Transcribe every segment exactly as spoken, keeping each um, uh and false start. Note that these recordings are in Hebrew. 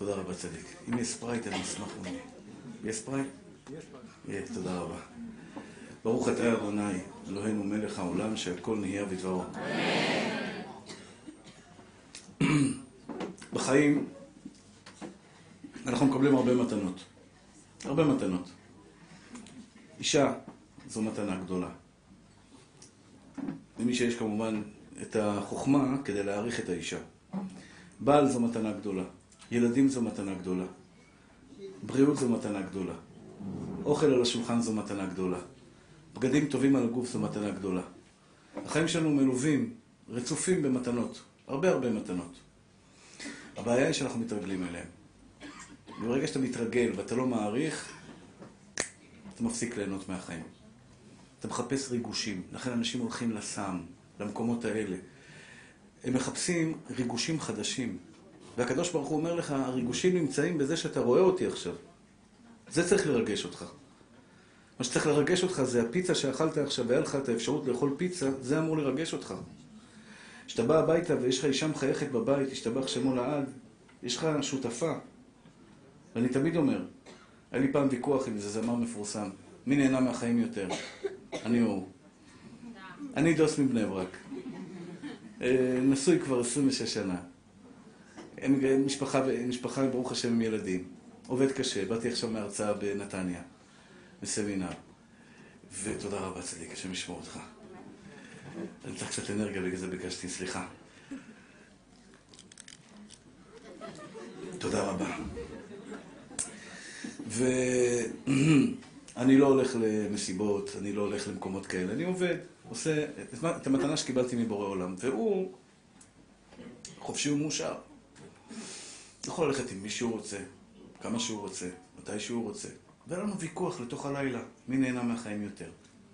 תודה רבה צדיק. אם יש ספרייט אני אשמח ממני. יש ספרייט? יש ספרייט. תודה רבה. ברוך אתה אדוני, אלוהינו מלך העולם שהכל נהיה בדברו. בחיים אנחנו מקבלים הרבה מתנות. הרבה מתנות. אישה זו מתנה גדולה. למי שיש כמובן את החוכמה כדי להעריך את האישה. בעל זו מתנה גדולה. ילדים זו מתנה גדולה. בריאות זו מתנה גדולה. אוכל על השולחן זו מתנה גדולה. בגדים טובים על הגוף זו מתנה גדולה. החיים שלנו מלווים, רצופים במתנות. הרבה הרבה מתנות. הבעיה היא שאנחנו מתרגלים אליהם. וברגע שאתה מתרגל ואתה לא מעריך, אתה מפסיק ליהנות מהחיים. אתה מחפש ריגושים. לכן אנשים הולכים לסם, למקומות האלה. הם מחפשים ריגושים חדשים. והקדוש ברוך הוא אומר לך, הריגושים נמצאים בזה שאתה רואה אותי עכשיו. זה צריך לרגש אותך. מה שצריך לרגש אותך זה הפיצה שאכלת עכשיו והיה לך את האפשרות לאכול פיצה, זה אמור לרגש אותך. כשאתה בא הביתה ויש לך אישה מחייכת בבית, השתבח שמו לעד, יש לך שותפה. ואני תמיד אומר, היה לי פעם ויכוח עם זה זמר מפורסם, מי נהנה מהחיים יותר? אני או הוא. אני דוס מבני ברק. נשוי כבר עשרים ושש שנה. משפחה, משפחה ברוך השם עם ילדים. עובד קשה, באתי עכשיו מהרצאה בנתניה, בסמינר. ותודה רבה צדיק, השם ישמור אותך. אני צריך קצת אנרגיה, בגלל זה ביקשתי, סליחה. תודה רבה. ואני לא הולך למסיבות, אני לא הולך למקומות כאלה. אני עובד, עושה את המתנה שקיבלתי מבורא עולם. והוא חופשי ומאושר. יכול ללכת עם מי שהוא רוצה, כמה שהוא רוצה, מתי שהוא רוצה. והיה לנו ויכוח לתוך הלילה, מי נהנה מהחיים יותר.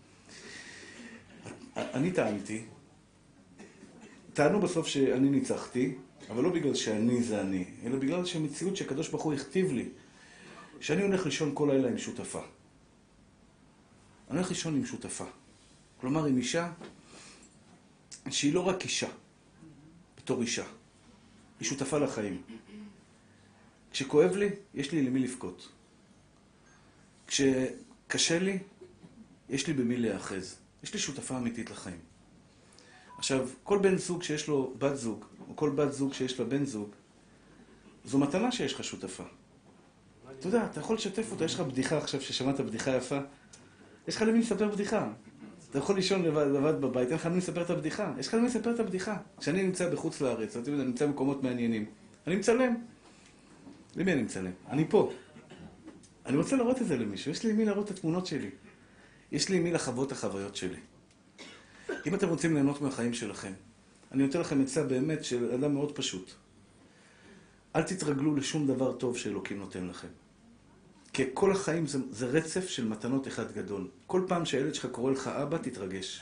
אני טענתי, טענו בסוף שאני ניצחתי, אבל לא בגלל שאני זה אני, אלא בגלל שהמציאות שהקדוש ברוך הוא הכתיב לי, שאני הולך לישון כל לילה עם שותפה. אני הולך לישון עם שותפה. כלומר, עם אישה שהיא לא רק אישה, בתור אישה. היא שותפה לחיים. כשכואב לי, יש לי למי לבכות. כשקשה לי, יש לי במי להאחז. יש לי שותפה אמיתית לחיים. עכשיו, כל בן זוג שיש לו בת זוג, או כל בת זוג שיש לה בן זוג, זו מתנה שיש לך שותפה. אתה יודע, אתה יכול לשתף אותה, יש לך בדיחה עכשיו ששמעת בדיחה יפה, יש לך למי לספר בדיחה. אתה יכול לישון לבד, לבד בבית, אין לך למי לספר את הבדיחה. יש לך למי לספר את הבדיחה. כשאני נמצא בחוץ לארץ, אתה יודע, אני נמצא במקומות מעניינים, אני מצלם. למי אני מצלם? אני פה. אני רוצה לראות את זה למישהו, יש לי למי לראות את התמונות שלי. יש לי למי לחוות את החוויות שלי. אם אתם רוצים ליהנות מהחיים שלכם, אני נותן לכם עצה באמת של אדם מאוד פשוט. אל תתרגלו לשום דבר טוב שאלוקים נותן לכם. כי כל החיים זה, זה רצף של מתנות אחד גדול. כל פעם שהילד שלך קורא לך אבא, תתרגש.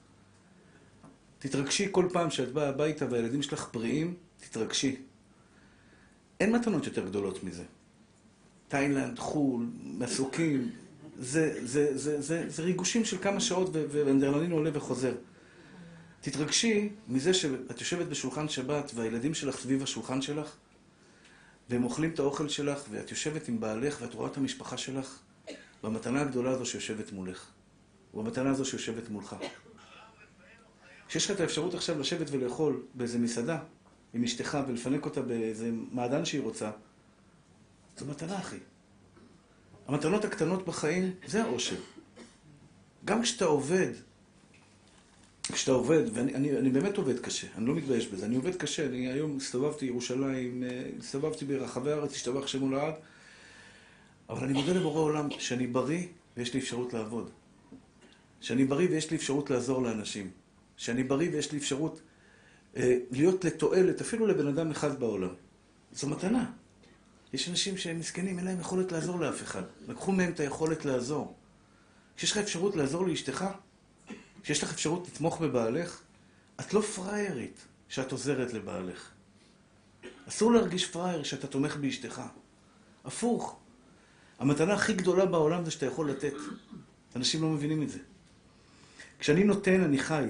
תתרגשי כל פעם שאת באה הביתה והילדים שלך בריאים, תתרגשי. אין מתנות יותר גדולות מזה. תאילנד, חול, מסוקים, זה, זה, זה, זה, זה ריגושים של כמה שעות ואנדרנלין עולה וחוזר. תתרגשי מזה שאת יושבת בשולחן שבת והילדים שלך סביב השולחן שלך, והם אוכלים את האוכל שלך, ואת יושבת עם בעלך ואת רואה את המשפחה שלך במתנה הגדולה הזו שיושבת מולך, ובמתנה הזו שיושבת מולך. כשיש לך את האפשרות עכשיו לשבת ולאכול באיזה מסעדה עם אשתך ולפנק אותה באיזה מעדן שהיא רוצה, זו מתנה, אחי. המתנות הקטנות בחיים זה האושר. גם כשאתה עובד, כשאתה עובד, ואני אני, אני באמת עובד קשה, אני לא מתבייש בזה, אני עובד קשה, אני היום הסתובבתי ירושלים, הסתובבתי ברחבי הארץ, השתבח שמו לעד, אבל אני מודה לבורא עולם שאני בריא ויש לי אפשרות לעבוד. שאני בריא ויש לי אפשרות לעזור לאנשים. שאני בריא ויש לי אפשרות אה, להיות לתועלת, אפילו לבן אדם אחד בעולם. זו מתנה. יש אנשים שהם מסכנים, אין להם יכולת לעזור לאף אחד. לקחו מהם את היכולת לעזור. כשיש לך אפשרות לעזור לאשתך, כשיש לך אפשרות לתמוך בבעלך, את לא פריירית שאת עוזרת לבעלך. אסור להרגיש פרייר שאתה תומך באשתך. הפוך. המתנה הכי גדולה בעולם זה שאתה יכול לתת. אנשים לא מבינים את זה. כשאני נותן, אני חי.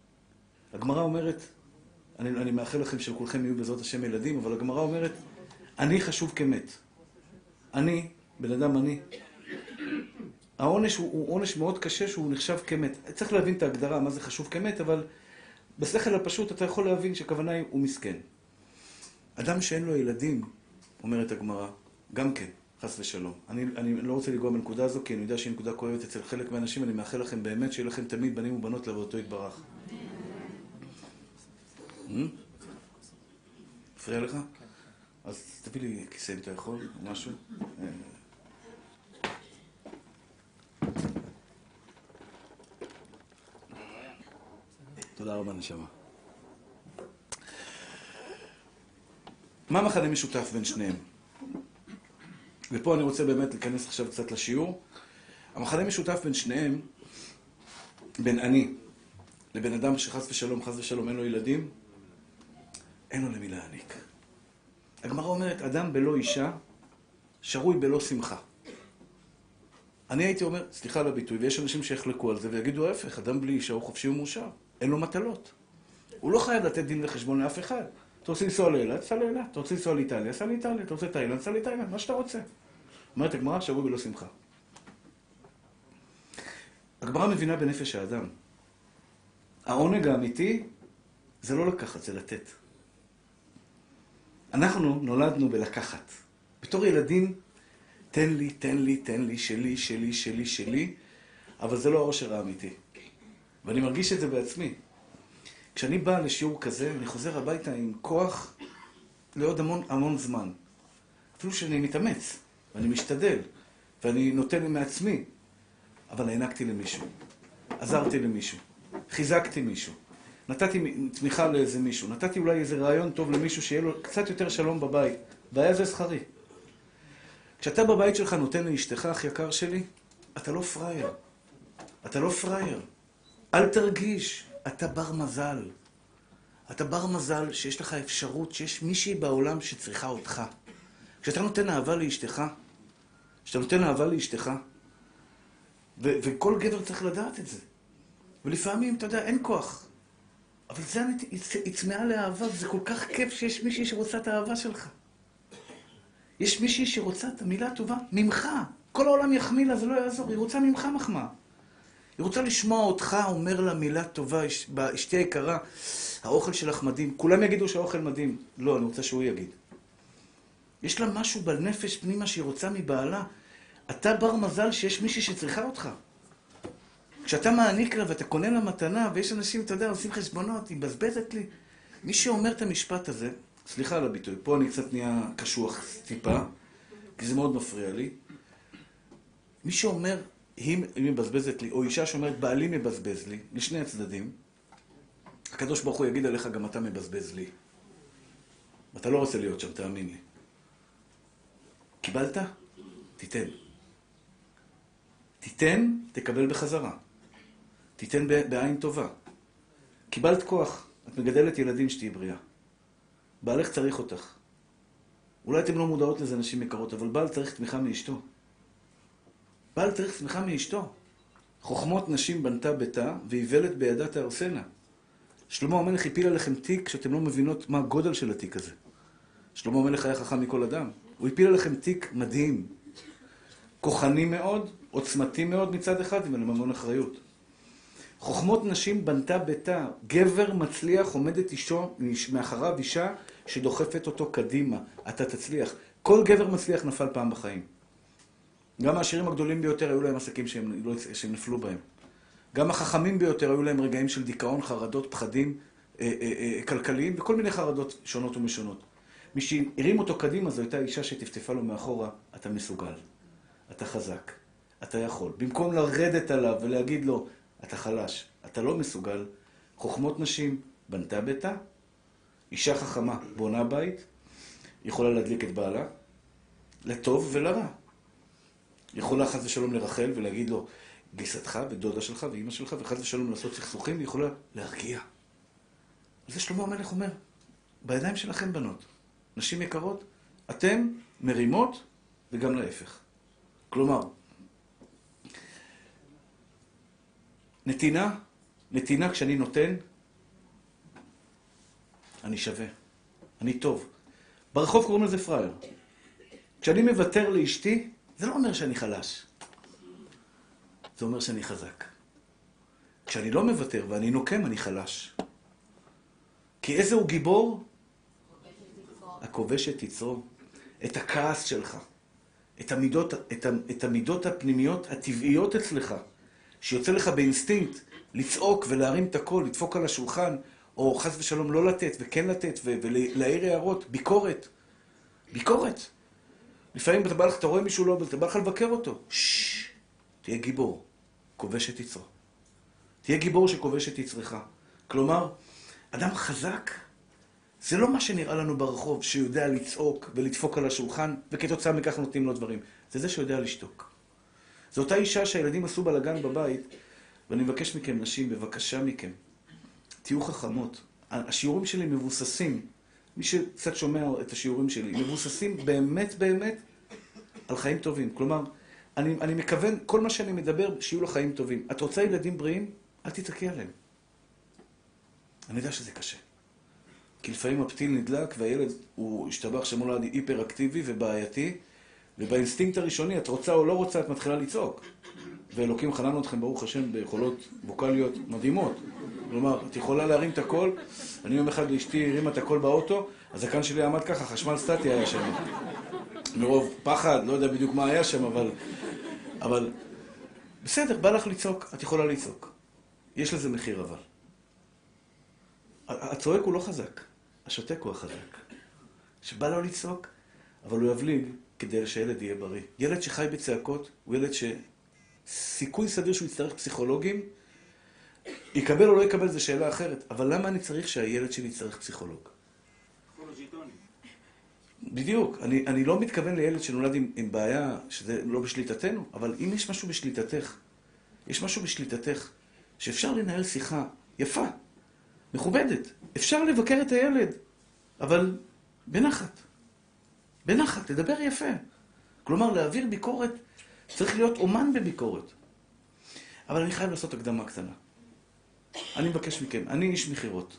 הגמרא אומרת, אני, אני מאחל לכם שלכולכם יהיו בעזרת השם ילדים, אבל הגמרא אומרת, אני חשוב כמת. אני, בן אדם אני. העונש הוא, הוא עונש מאוד קשה שהוא נחשב כמת. צריך להבין את ההגדרה, מה זה חשוב כמת, אבל בשכל הפשוט אתה יכול להבין שהכוונה היא, הוא מסכן. אדם שאין לו ילדים, אומרת הגמרא, גם כן, חס ושלום. אני, אני לא רוצה לגוע בנקודה הזו, כי אני יודע שהיא נקודה כואבת אצל חלק מהאנשים, אני מאחל לכם באמת שיהיה לכם תמיד בנים ובנות לעבודתו יתברך. הפריע לך? אז תביא לי כיסא אם אתה יכול, או משהו. תודה רבה, נשמה. מה המכנה משותף בין שניהם? ופה אני רוצה באמת להיכנס עכשיו קצת לשיעור. המכנה משותף בין שניהם, בין אני לבן אדם שחס ושלום, חס ושלום, אין לו ילדים, אין לו למי להעניק. הגמרא אומרת, אדם בלא אישה, שרוי בלא שמחה. אני הייתי אומר, סליחה על הביטוי, ויש אנשים שיחלקו על זה ויגידו ההפך, אדם בלי אישה הוא חופשי ומאושר, אין לו מטלות. הוא לא חייב לתת דין וחשבון לאף אחד. אתה רוצה לנסוע לאילת, סע לאילת. אתה רוצה לנסוע לאיטליה, סע לאיטליה. אתה רוצה תאילנד, סע לתאילנד, מה שאתה רוצה. אומרת הגמרא, שרוי בלא שמחה. הגמרא מבינה בנפש האדם. העונג האמיתי זה לא לקחת, זה לתת. אנחנו נולדנו בלקחת. בתור ילדים, תן לי, תן לי, תן לי, שלי, שלי, שלי, שלי, אבל זה לא העושר האמיתי. ואני מרגיש את זה בעצמי. כשאני בא לשיעור כזה, אני חוזר הביתה עם כוח לעוד המון, המון זמן. אפילו שאני מתאמץ, ואני משתדל, ואני נותן לי מעצמי, אבל הענקתי למישהו, עזרתי למישהו, חיזקתי מישהו, נתתי תמיכה לאיזה מישהו, נתתי אולי איזה רעיון טוב למישהו שיהיה לו קצת יותר שלום בבית, והיה זה שכרי. כשאתה בבית שלך נותן לאשתך, אח יקר שלי, אתה לא פראייר. אתה לא פראייר. אל תרגיש, אתה בר מזל. אתה בר מזל שיש לך אפשרות, שיש מישהי בעולם שצריכה אותך. כשאתה נותן אהבה לאשתך, כשאתה נותן אהבה לאשתך, ו- וכל גבר צריך לדעת את זה. ולפעמים, אתה יודע, אין כוח. אבל זה יצמאה לאהבה, זה כל כך כיף שיש מישהי שרוצה את האהבה שלך. יש מישהי שרוצה את המילה הטובה ממך. כל העולם יחמיא לה, זה לא יעזור. היא רוצה ממך מחמאה. היא רוצה לשמוע אותך אומר לה מילה טובה, אשתי היקרה, האוכל שלך מדהים. כולם יגידו שהאוכל מדהים. לא, אני רוצה שהוא יגיד. יש לה משהו בנפש פנימה שהיא רוצה מבעלה. אתה בר מזל שיש מישהי שצריכה אותך. כשאתה מעניק לה ואתה קונה לה מתנה, ויש אנשים, אתה יודע, עושים חשבונות, היא מבזבזת לי. מי שאומר את המשפט הזה, סליחה על הביטוי, פה אני קצת נהיה קשוח טיפה, כי זה מאוד מפריע לי. מי שאומר, היא מבזבזת לי, או אישה שאומרת, בעלי מבזבז לי, לשני הצדדים, הקדוש ברוך הוא יגיד עליך, גם אתה מבזבז לי. אתה לא רוצה להיות שם, תאמין לי. קיבלת? תיתן. תיתן, תקבל בחזרה. תיתן בעין טובה. קיבלת כוח, את מגדלת ילדים שתהי בריאה. בעלך צריך אותך. אולי אתם לא מודעות לזה, נשים יקרות, אבל בעל צריך תמיכה מאשתו. בעל צריך תמיכה מאשתו. חוכמות נשים בנתה ביתה, ואיוולת בידה תהרסנה. שלמה המלך הפיל עליכם תיק שאתם לא מבינות מה הגודל של התיק הזה. שלמה המלך היה חכם מכל אדם. הוא הפיל עליכם תיק מדהים. כוחני מאוד, עוצמתי מאוד מצד אחד, עם המון אחריות. חוכמות נשים בנתה ביתה. גבר מצליח, עומדת אישו, מאחריו אישה שדוחפת אותו קדימה. אתה תצליח. כל גבר מצליח נפל פעם בחיים. גם העשירים הגדולים ביותר היו להם עסקים שהם, לא, שהם נפלו בהם. גם החכמים ביותר היו להם רגעים של דיכאון, חרדות, פחדים, אה, אה, אה, כלכליים, וכל מיני חרדות שונות ומשונות. מי שהרים אותו קדימה זו הייתה אישה שטפטפה לו מאחורה, אתה מסוגל, אתה חזק, אתה יכול. במקום לרדת עליו ולהגיד לו, אתה חלש, אתה לא מסוגל, חוכמות נשים בנתה ביתה, אישה חכמה בונה בית, יכולה להדליק את בעלה, לטוב ולרע. יכולה חס ושלום לרחל ולהגיד לו, גיסתך ודודה שלך ואמא שלך, וחס ושלום לעשות סכסוכים, ויכולה להרגיע. זה שלמה המלך אומר, בידיים שלכם בנות, נשים יקרות, אתם מרימות וגם להפך. כלומר, נתינה, נתינה כשאני נותן, אני שווה, אני טוב. ברחוב קוראים לזה פרייר. כשאני מוותר לאשתי, זה לא אומר שאני חלש. זה אומר שאני חזק. כשאני לא מוותר ואני נוקם, אני חלש. כי איזה הוא גיבור? הכובש את יצרו. את הכעס שלך. את המידות, את, ה, את המידות הפנימיות הטבעיות אצלך. שיוצא לך באינסטינקט לצעוק ולהרים את הכל, לדפוק על השולחן, או חס ושלום לא לתת וכן לתת ולהעיר הערות. ביקורת. ביקורת. לפעמים אתה בא לך, אתה רואה מישהו לא, אתה בא לך לבקר אותו. ששש. תהיה גיבור. כובש את יצרו. תהיה גיבור שכובש את יצרך. כלומר, אדם חזק, זה לא מה שנראה לנו ברחוב, שיודע לצעוק ולדפוק על השולחן, וכתוצאה מכך נותנים לו דברים. זה זה שיודע לשתוק. זו אותה אישה שהילדים עשו בלגן בבית, ואני מבקש מכם, נשים, בבקשה מכם, תהיו חכמות. השיעורים שלי מבוססים, מי שקצת שומע את השיעורים שלי, מבוססים באמת באמת על חיים טובים. כלומר, אני, אני מכוון, כל מה שאני מדבר, שיהיו לו חיים טובים. את רוצה ילדים בריאים? אל תתעקי עליהם. אני יודע שזה קשה. כי לפעמים הפתיל נדלק, והילד הוא השתבח שמולד היפר-אקטיבי ובעייתי, ובאינסטינקט הראשוני, את רוצה או לא רוצה, את מתחילה לצעוק. ואלוקים חנן אתכם, ברוך השם, ביכולות ווקליות מדהימות. כלומר, את יכולה להרים את הכל, אני יום אחד לאשתי הרימה את הכל באוטו, הזקן שלי עמד ככה, חשמל סטטי היה שם. מרוב פחד, לא יודע בדיוק מה היה שם, אבל... אבל... בסדר, בא לך לצעוק, את יכולה לצעוק. יש לזה מחיר אבל. הצועק הוא לא חזק, השותק הוא החזק. שבא לו לצעוק, אבל הוא יבליג כדי שהילד יהיה בריא. ילד שחי בצעקות הוא ילד שסיכוי סדיר שהוא יצטרך פסיכולוגים, יקבל או לא יקבל זה שאלה אחרת. אבל למה אני צריך שהילד שלי יצטרך פסיכולוג? בדיוק. אני, אני לא מתכוון לילד שנולד עם, עם בעיה שזה לא בשליטתנו, אבל אם יש משהו בשליטתך, יש משהו בשליטתך שאפשר לנהל שיחה יפה, מכובדת. אפשר לבקר את הילד, אבל בנחת. בנחת, לדבר יפה. כלומר, להעביר ביקורת, צריך להיות אומן בביקורת. אבל אני חייב לעשות הקדמה קטנה. אני מבקש מכם, אני איש מחירות.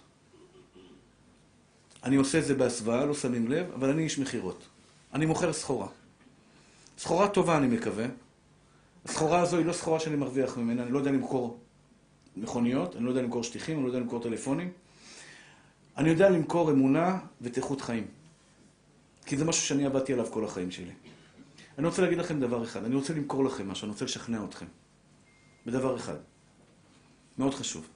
אני עושה את זה בהסוואה, לא שמים לב, אבל אני איש מחירות. אני מוכר סחורה. סחורה טובה, אני מקווה. הסחורה הזו היא לא סחורה שאני מרוויח ממנה, אני לא יודע למכור מכוניות, אני לא יודע למכור שטיחים, אני לא יודע למכור טלפונים. אני יודע למכור אמונה ותיכות חיים. כי זה משהו שאני עבדתי עליו כל החיים שלי. אני רוצה להגיד לכם דבר אחד, אני רוצה למכור לכם משהו, אני רוצה לשכנע אתכם. בדבר אחד. מאוד חשוב.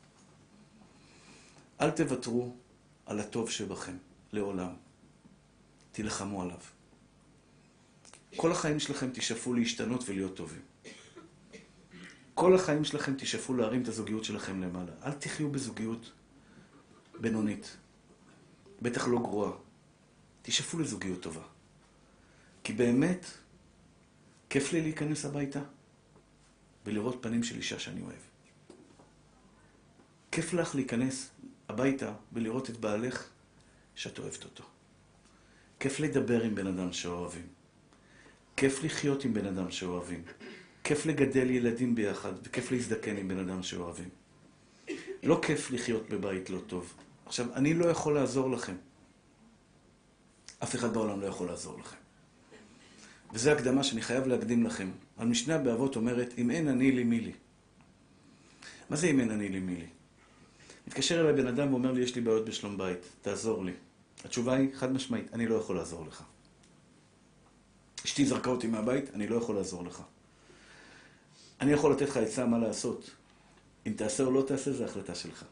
אל תוותרו על הטוב שבכם, לעולם. תלחמו עליו. כל החיים שלכם תשאפו להשתנות ולהיות טובים. כל החיים שלכם תשאפו להרים את הזוגיות שלכם למעלה. אל תחיו בזוגיות בינונית. בטח לא גרועה. תשאפו לזוגיות טובה. כי באמת, כיף לי להיכנס הביתה ולראות פנים של אישה שאני אוהב. כיף לך להיכנס הביתה ולראות את בעלך שאת אוהבת אותו. כיף לדבר עם בן אדם שאוהבים. כיף לחיות עם בן אדם שאוהבים. כיף לגדל ילדים ביחד, וכיף להזדקן עם בן אדם שאוהבים. לא כיף לחיות בבית לא טוב. עכשיו, אני לא יכול לעזור לכם. אף אחד בעולם לא יכול לעזור לכם. וזו הקדמה שאני חייב להקדים לכם. המשנה באבות אומרת, אם אין אני לי מי לי. מה זה אם אין אני לי מי לי? מתקשר אליי בן אדם ואומר לי, יש לי בעיות בשלום בית, תעזור לי. התשובה היא, חד משמעית, אני לא יכול לעזור לך. אשתי זרקה אותי מהבית, אני לא יכול לעזור לך. אני יכול לתת לך עצה מה לעשות. אם תעשה או לא תעשה, זה החלטה שלך.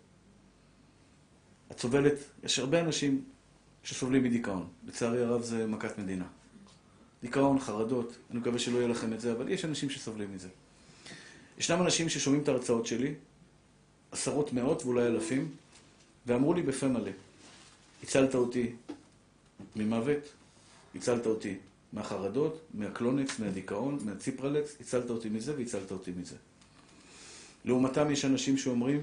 את סובלת, יש הרבה אנשים שסובלים מדיכאון. לצערי הרב זה מכת מדינה. דיכאון, חרדות, אני מקווה שלא יהיה לכם את זה, אבל יש אנשים שסובלים מזה. ישנם אנשים ששומעים את ההרצאות שלי, עשרות מאות ואולי אלפים, ואמרו לי בפה מלא, הצלת אותי ממוות, הצלת אותי מהחרדות, מהקלונקס, מהדיכאון, מהציפרלקס, הצלת אותי מזה והצלת אותי מזה. לעומתם יש אנשים שאומרים,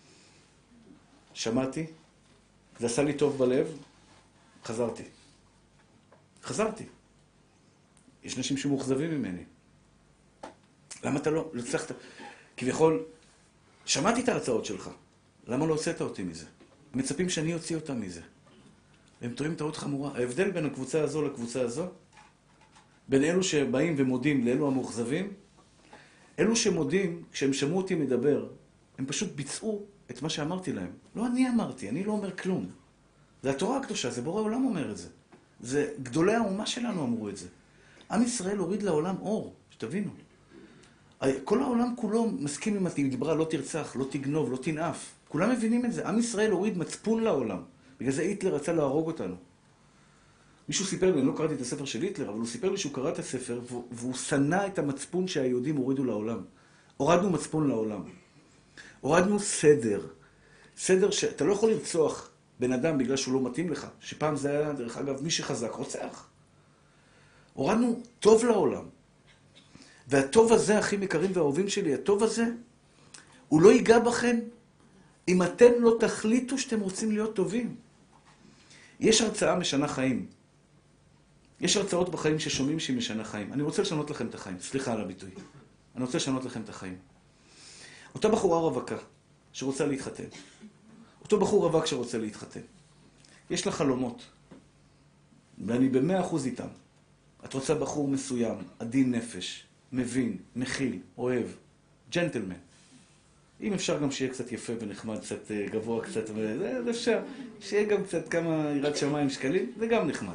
שמעתי, זה עשה לי טוב בלב, חזרתי. חזרתי. יש אנשים שמאוכזבים ממני. למה אתה לא, לא הצלחת? כביכול, שמעתי את ההרצאות שלך. למה לא הוצאת אותי מזה? מצפים שאני אוציא אותם מזה. והם טועים טעות חמורה. ההבדל בין הקבוצה הזו לקבוצה הזו, בין אלו שבאים ומודים לאלו המאוכזבים, אלו שמודים, כשהם שמעו אותי מדבר, הם פשוט ביצעו את מה שאמרתי להם. לא אני אמרתי, אני לא אומר כלום. זה התורה הקדושה, זה בורא עולם אומר את זה. זה גדולי האומה שלנו אמרו את זה. עם ישראל הוריד לעולם אור, שתבינו. כל העולם כולו מסכים עם אותי, דיברה לא תרצח, לא תגנוב, לא תנאף. כולם מבינים את זה. עם ישראל הוריד מצפון לעולם. בגלל זה היטלר רצה להרוג אותנו. מישהו סיפר לי, אני לא קראתי את הספר של היטלר, אבל הוא סיפר לי שהוא קרא את הספר, והוא שנא את המצפון שהיהודים הורידו לעולם. הורדנו מצפון לעולם. הורדנו סדר. סדר שאתה לא יכול לרצוח בן אדם בגלל שהוא לא מתאים לך. שפעם זה היה, דרך אגב, מי שחזק רוצח. הורדנו טוב לעולם. והטוב הזה, אחים יקרים ואהובים שלי, הטוב הזה, הוא לא ייגע בכם אם אתם לא תחליטו שאתם רוצים להיות טובים. יש הרצאה משנה חיים. יש הרצאות בחיים ששומעים שהיא משנה חיים. אני רוצה לשנות לכם את החיים. סליחה על הביטוי. אני רוצה לשנות לכם את החיים. אותה בחורה רווקה שרוצה להתחתן. אותו בחור רווק שרוצה להתחתן. יש לה חלומות. ואני במאה אחוז איתם. את רוצה בחור מסוים, עדין נפש, מבין, מכיל, אוהב, ג'נטלמן. אם אפשר גם שיהיה קצת יפה ונחמד, קצת גבוה קצת, זה אפשר. שיהיה גם קצת כמה יראת שמיים שקלים, זה גם נחמד.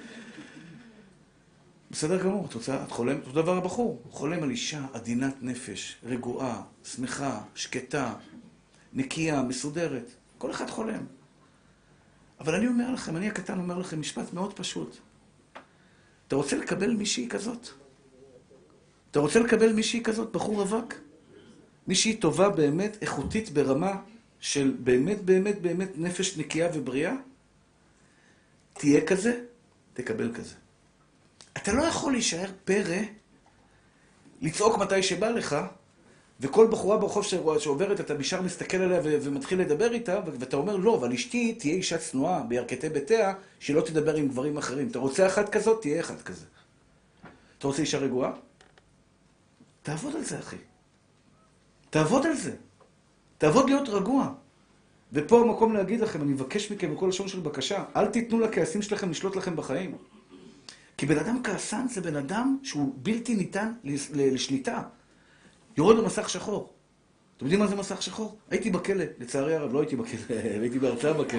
בסדר גמור, את רוצה, את חולם, אותו דבר הבחור. הוא חולם על אישה עדינת נפש, רגועה, שמחה, שקטה, נקייה, מסודרת. כל אחד חולם. אבל אני אומר לכם, אני הקטן אומר לכם משפט מאוד פשוט. אתה רוצה לקבל מישהי כזאת? אתה רוצה לקבל מישהי כזאת, בחור רווק? מישהי טובה באמת, איכותית ברמה של באמת, באמת, באמת נפש נקייה ובריאה? תהיה כזה, תקבל כזה. אתה לא יכול להישאר פרא, לצעוק מתי שבא לך, וכל בחורה ברחוב שעוברת, אתה נשאר מסתכל עליה ומתחיל לדבר איתה, ואתה אומר, לא, אבל אשתי תהיה אישה צנועה בירכתי ביתיה, שלא תדבר עם גברים אחרים. אתה רוצה אחת כזאת? תהיה אחד כזה. אתה רוצה אישה רגועה? תעבוד על זה, אחי. תעבוד על זה. תעבוד להיות רגוע. ופה המקום להגיד לכם, אני מבקש מכם בכל לשון של בקשה, אל תיתנו לכעסים שלכם לשלוט לכם בחיים. כי בן אדם כעסן זה בן אדם שהוא בלתי ניתן לשליטה. יורד במסך שחור. אתם יודעים מה זה מסך שחור? הייתי בכלא, לצערי הרב, לא הייתי בכלא, הייתי בהרצאה בכלא.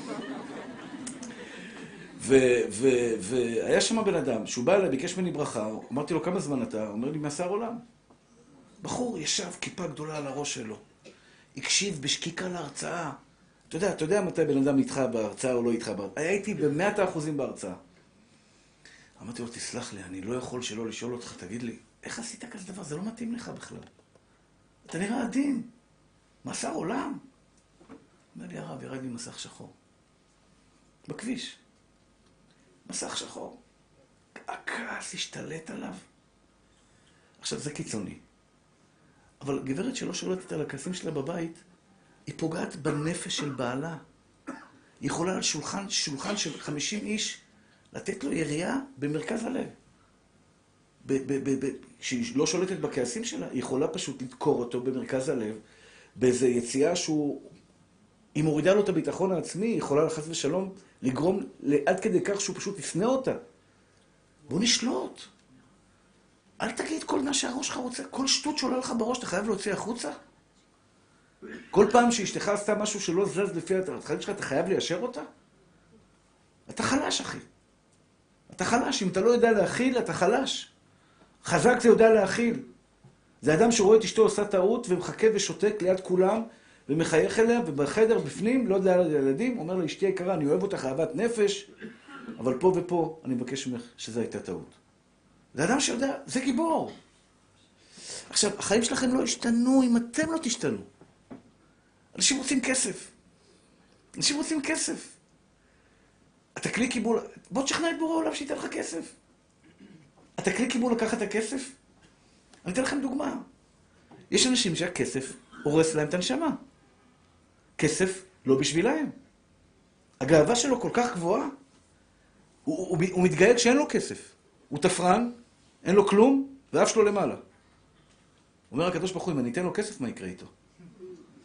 והיה שם בן אדם, שהוא בא אליי, ביקש ממני ברכה, אמרתי לו, כמה זמן אתה? הוא אומר לי, מעשר עולם. בחור ישב, כיפה גדולה על הראש שלו. הקשיב בשקיקה להרצאה. אתה יודע, אתה יודע מתי בן אדם איתך בהרצאה או לא איתך בהרצאה? הייתי במאת האחוזים בהרצאה. אמרתי לו, תסלח לי, אני לא יכול שלא לשאול אותך, תגיד לי, איך עשית כזה דבר? זה לא מתאים לך בכלל. אתה נראה עדין. מאסר עולם. אומר לי, הרב, ירד לי מסך שחור. בכביש. מסך שחור. הכעס השתלט עליו. עכשיו, זה קיצוני. אבל גברת שלא שולטת על הכעסים שלה בבית, היא פוגעת בנפש של בעלה. היא יכולה על שולחן, שולחן של חמישים איש, לתת לו ירייה במרכז הלב. כשהיא לא שולטת בכעסים שלה, היא יכולה פשוט לדקור אותו במרכז הלב, באיזו יציאה שהוא... היא מורידה לו את הביטחון העצמי, היא יכולה לחס ושלום לגרום עד כדי כך שהוא פשוט יפנה אותה. בוא נשלוט. אל תגיד כל מה שהראש שלך רוצה, כל שטות שעולה לך בראש, אתה חייב להוציא החוצה? כל פעם שאשתך עשתה משהו שלא זז לפי התחלית שלך, אתה חייב ליישר אותה? אתה חלש, אחי. אתה חלש. אם אתה לא יודע להכיל, אתה חלש. חזק זה יודע להכיל. זה אדם שרואה את אשתו עושה טעות ומחכה ושותק ליד כולם ומחייך אליה, ובחדר בפנים, לא יודע לילדים, אומר לה, אשתי היקרה, אני אוהב אותך אהבת נפש, אבל פה ופה אני מבקש ממך שזו הייתה טעות. זה אדם שיודע, זה גיבור. עכשיו, החיים שלכם לא ישתנו אם אתם לא תשתנו. אנשים רוצים כסף. אנשים רוצים כסף. אתה כלי קיבול... בוא תשכנע את בורא העולם שייתן לך כסף. אתה כלי קיבול לקחת את הכסף? אני אתן לכם דוגמה. יש אנשים שהכסף הורס להם את הנשמה. כסף לא בשבילהם. הגאווה שלו כל כך גבוהה. הוא, הוא, הוא מתגאה כשאין לו כסף. הוא תפרן, אין לו כלום, ואף שלו למעלה. הוא אומר הקדוש ברוך הוא, אם אני אתן לו כסף, מה יקרה איתו?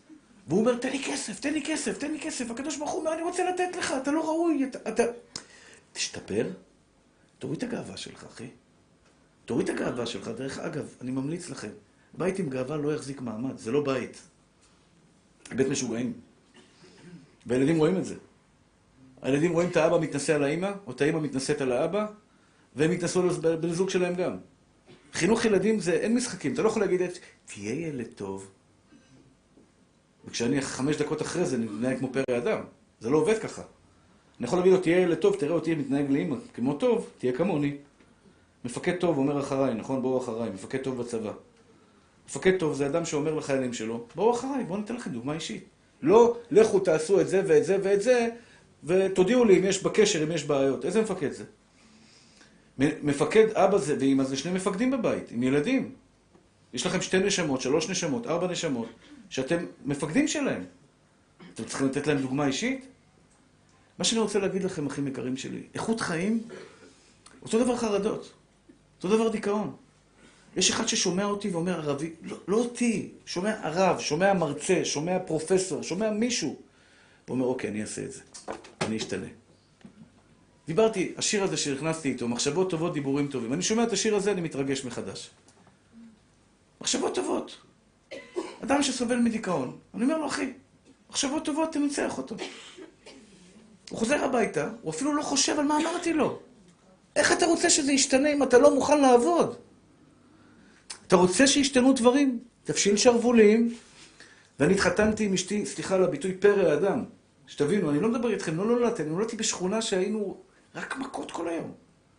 והוא אומר, תן לי כסף, תן לי כסף, תן לי כסף. הקדוש ברוך הוא אומר, אני רוצה לתת לך, אתה לא ראוי, אתה... אתה... תשתפר, תוריד את הגאווה שלך, אחי. תוריד את הגאווה שלך. דרך אגב, אני ממליץ לכם, בית עם גאווה לא יחזיק מעמד, זה לא בית. בית משוגעים. והילדים רואים את זה. הילדים רואים את האבא מתנשא על האמא, או את האמא מתנשאת על האבא, והם מתנסו בן זוג שלהם גם. חינוך ילדים זה, אין משחקים. אתה לא יכול להגיד, תהיה ילד טוב. וכשאני חמש דקות אחרי זה נתנהג כמו פרא אדם. זה לא עובד ככה. אני יכול להגיד לו, תהיה ילד טוב, תראה אותי מתנהג לאמא. כמו טוב, תהיה כמוני. מפקד טוב אומר אחריי, נכון? בואו אחריי. מפקד טוב בצבא. מפקד טוב זה אדם שאומר לחיילים שלו, בואו אחריי, בואו ניתן לכם דוגמה אישית. לא, לכו תעשו את זה ואת זה ואת זה, ותודיעו לי אם יש בקשר, אם יש בעיות. איזה מפקד זה? מפקד אבא זה ואמא זה שני מפקדים בבית, עם ילדים. יש לכם שתי נשמות, שלוש נשמות, ארבע נשמות, שאתם מפקדים שלהם. אתם צריכים לתת להם דוגמה אישית? מה שאני רוצה להגיד לכם, אחים יקרים שלי, איכות חיים, אותו דבר חרדות, אותו דבר דיכאון. יש אחד ששומע אותי ואומר, ערבי, לא, לא אותי, שומע ערב, שומע מרצה, שומע פרופסור, שומע מישהו. הוא אומר, אוקיי, אני אעשה את זה, אני אשתנה. דיברתי, השיר הזה שנכנסתי איתו, מחשבות טובות, דיבורים טובים. אני שומע את השיר הזה, אני מתרגש מחדש. מחשבות טובות. אדם שסובל מדיכאון, אני אומר לו, אחי, מחשבות טובות, תנצח אותו. הוא חוזר הביתה, הוא אפילו לא חושב על מה אמרתי לו. איך אתה רוצה שזה ישתנה אם אתה לא מוכן לעבוד? אתה רוצה שישתנו דברים? תפשיל שרבולים, ואני התחתנתי עם אשתי, סליחה על הביטוי, פרא האדם. שתבינו, אני לא מדבר איתכם, לא נולדתי, אני נולדתי בשכונה שהיינו רק מכות כל היום.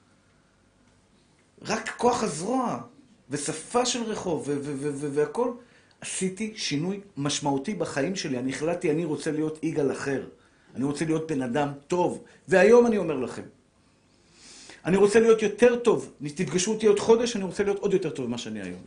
רק כוח הזרוע, ושפה של רחוב, והכל. עשיתי שינוי משמעותי בחיים שלי. אני החלטתי, אני רוצה להיות יגאל אחר. אני רוצה להיות בן אדם טוב. והיום אני אומר לכם, אני רוצה להיות יותר טוב. תפגשו אותי עוד חודש, אני רוצה להיות עוד יותר טוב ממה שאני היום.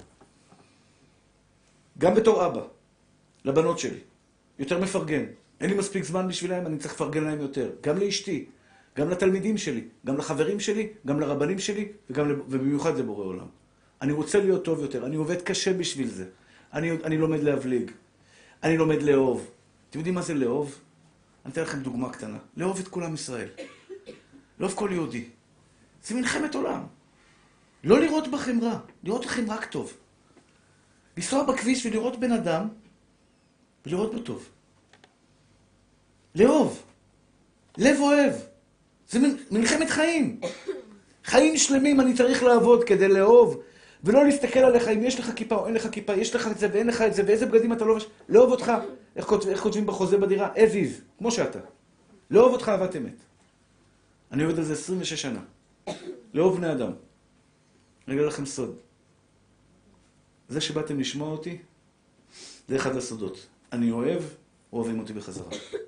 גם בתור אבא, לבנות שלי. יותר מפרגן. אין לי מספיק זמן בשבילהם, אני צריך לפרגן להם יותר. גם לאשתי, גם לתלמידים שלי, גם לחברים שלי, גם לרבנים שלי, וגם, ובמיוחד לבורא עולם. אני רוצה להיות טוב יותר, אני עובד קשה בשביל זה. אני, אני לומד להבליג. אני לומד לאהוב. אתם יודעים מה זה לאהוב? אני אתן לכם דוגמה קטנה. לאהוב את כולם ישראל. לאהוב כל יהודי. זה מלחמת עולם. לא לראות בכם רע, לראות לכם רק טוב. לנסוע בכביש ולראות בן אדם, ולראות בו טוב. לאהוב. לב אוהב. זה מלחמת חיים. חיים שלמים אני צריך לעבוד כדי לאהוב, ולא להסתכל עליך אם יש לך כיפה או אין לך כיפה, יש לך את זה ואין לך את זה, ואיזה בגדים אתה לובש. לאהוב אותך, איך, כותב, איך כותבים בחוזה בדירה? as is, כמו שאתה. לאהוב אותך אהבת אמת. אני עובד על זה עשרים ושש שנה. לאהוב בני אדם. אני אגיד לכם סוד. זה שבאתם לשמוע אותי, זה אחד הסודות. אני אוהב, אוהבים אותי בחזרה.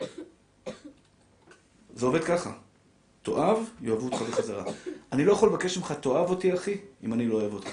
זה עובד ככה. תאהב, יאהבו אותך בחזרה. אני לא יכול לבקש ממך, תאהב אותי, אחי, אם אני לא אוהב אותך.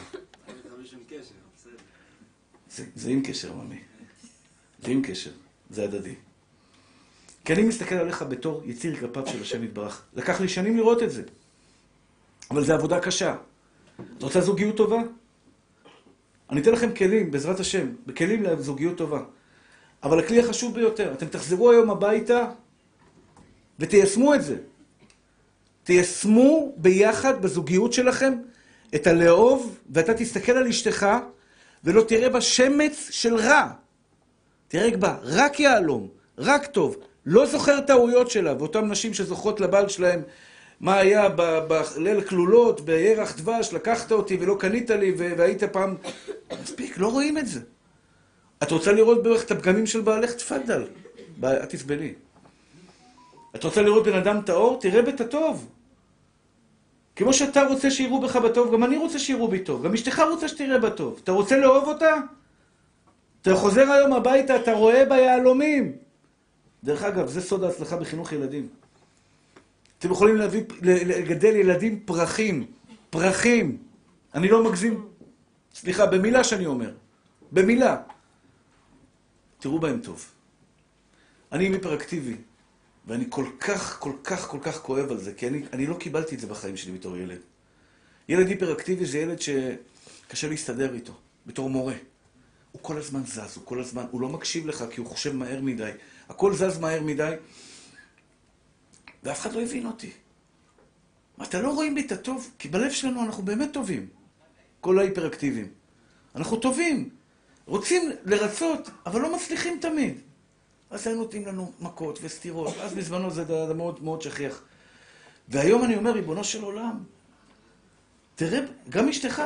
זה, זה עם קשר, ממי. זה עם קשר. זה הדדי. כי אני מסתכל עליך בתור יציר כפיו של השם יתברך. לקח לי שנים לראות את זה. אבל זה עבודה קשה. אתה רוצה זוגיות טובה? אני אתן לכם כלים, בעזרת השם, בכלים לזוגיות טובה. אבל הכלי החשוב ביותר, אתם תחזרו היום הביתה ותיישמו את זה. תיישמו ביחד בזוגיות שלכם את הלאהוב, ואתה תסתכל על אשתך ולא תראה בה שמץ של רע. תראה בה רק יעלום, רק טוב. לא זוכר טעויות שלה, ואותן נשים שזוכרות לבעל שלהם מה היה בליל כלולות, בירח דבש, לקחת אותי ולא קנית לי והיית פעם... מספיק, לא רואים את זה. את רוצה לראות בערך את הפגמים של בעלך? תפדל. את תסבלי. את רוצה לראות בן אדם טהור? תראה בת הטוב. כמו שאתה רוצה שיראו בך בטוב, גם אני רוצה שיראו בי טוב. גם אשתך רוצה שתראה בטוב. אתה רוצה לאהוב אותה? אתה חוזר היום הביתה, אתה רואה ביהלומים. דרך אגב, זה סוד ההצלחה בחינוך ילדים. אתם יכולים להביא, לגדל ילדים פרחים. פרחים. אני לא מגזים. סליחה, במילה שאני אומר. במילה. תראו בהם טוב. אני היפראקטיבי. ואני כל כך, כל כך, כל כך כואב על זה, כי אני, אני לא קיבלתי את זה בחיים שלי בתור ילד. ילד היפראקטיבי זה ילד שקשה להסתדר איתו, בתור מורה. הוא כל הזמן זז, הוא כל הזמן, הוא לא מקשיב לך כי הוא חושב מהר מדי. הכל זז מהר מדי, ואף אחד לא הבין אותי. אתה לא רואים בי את הטוב, כי בלב שלנו אנחנו באמת טובים. כל ההיפראקטיביים. אנחנו טובים, רוצים לרצות, אבל לא מצליחים תמיד. אז הם נותנים לנו מכות וסתירות, אז בזמנו זה מאוד מאוד שכיח. והיום אני אומר, ריבונו של עולם, תראה, גם אשתך,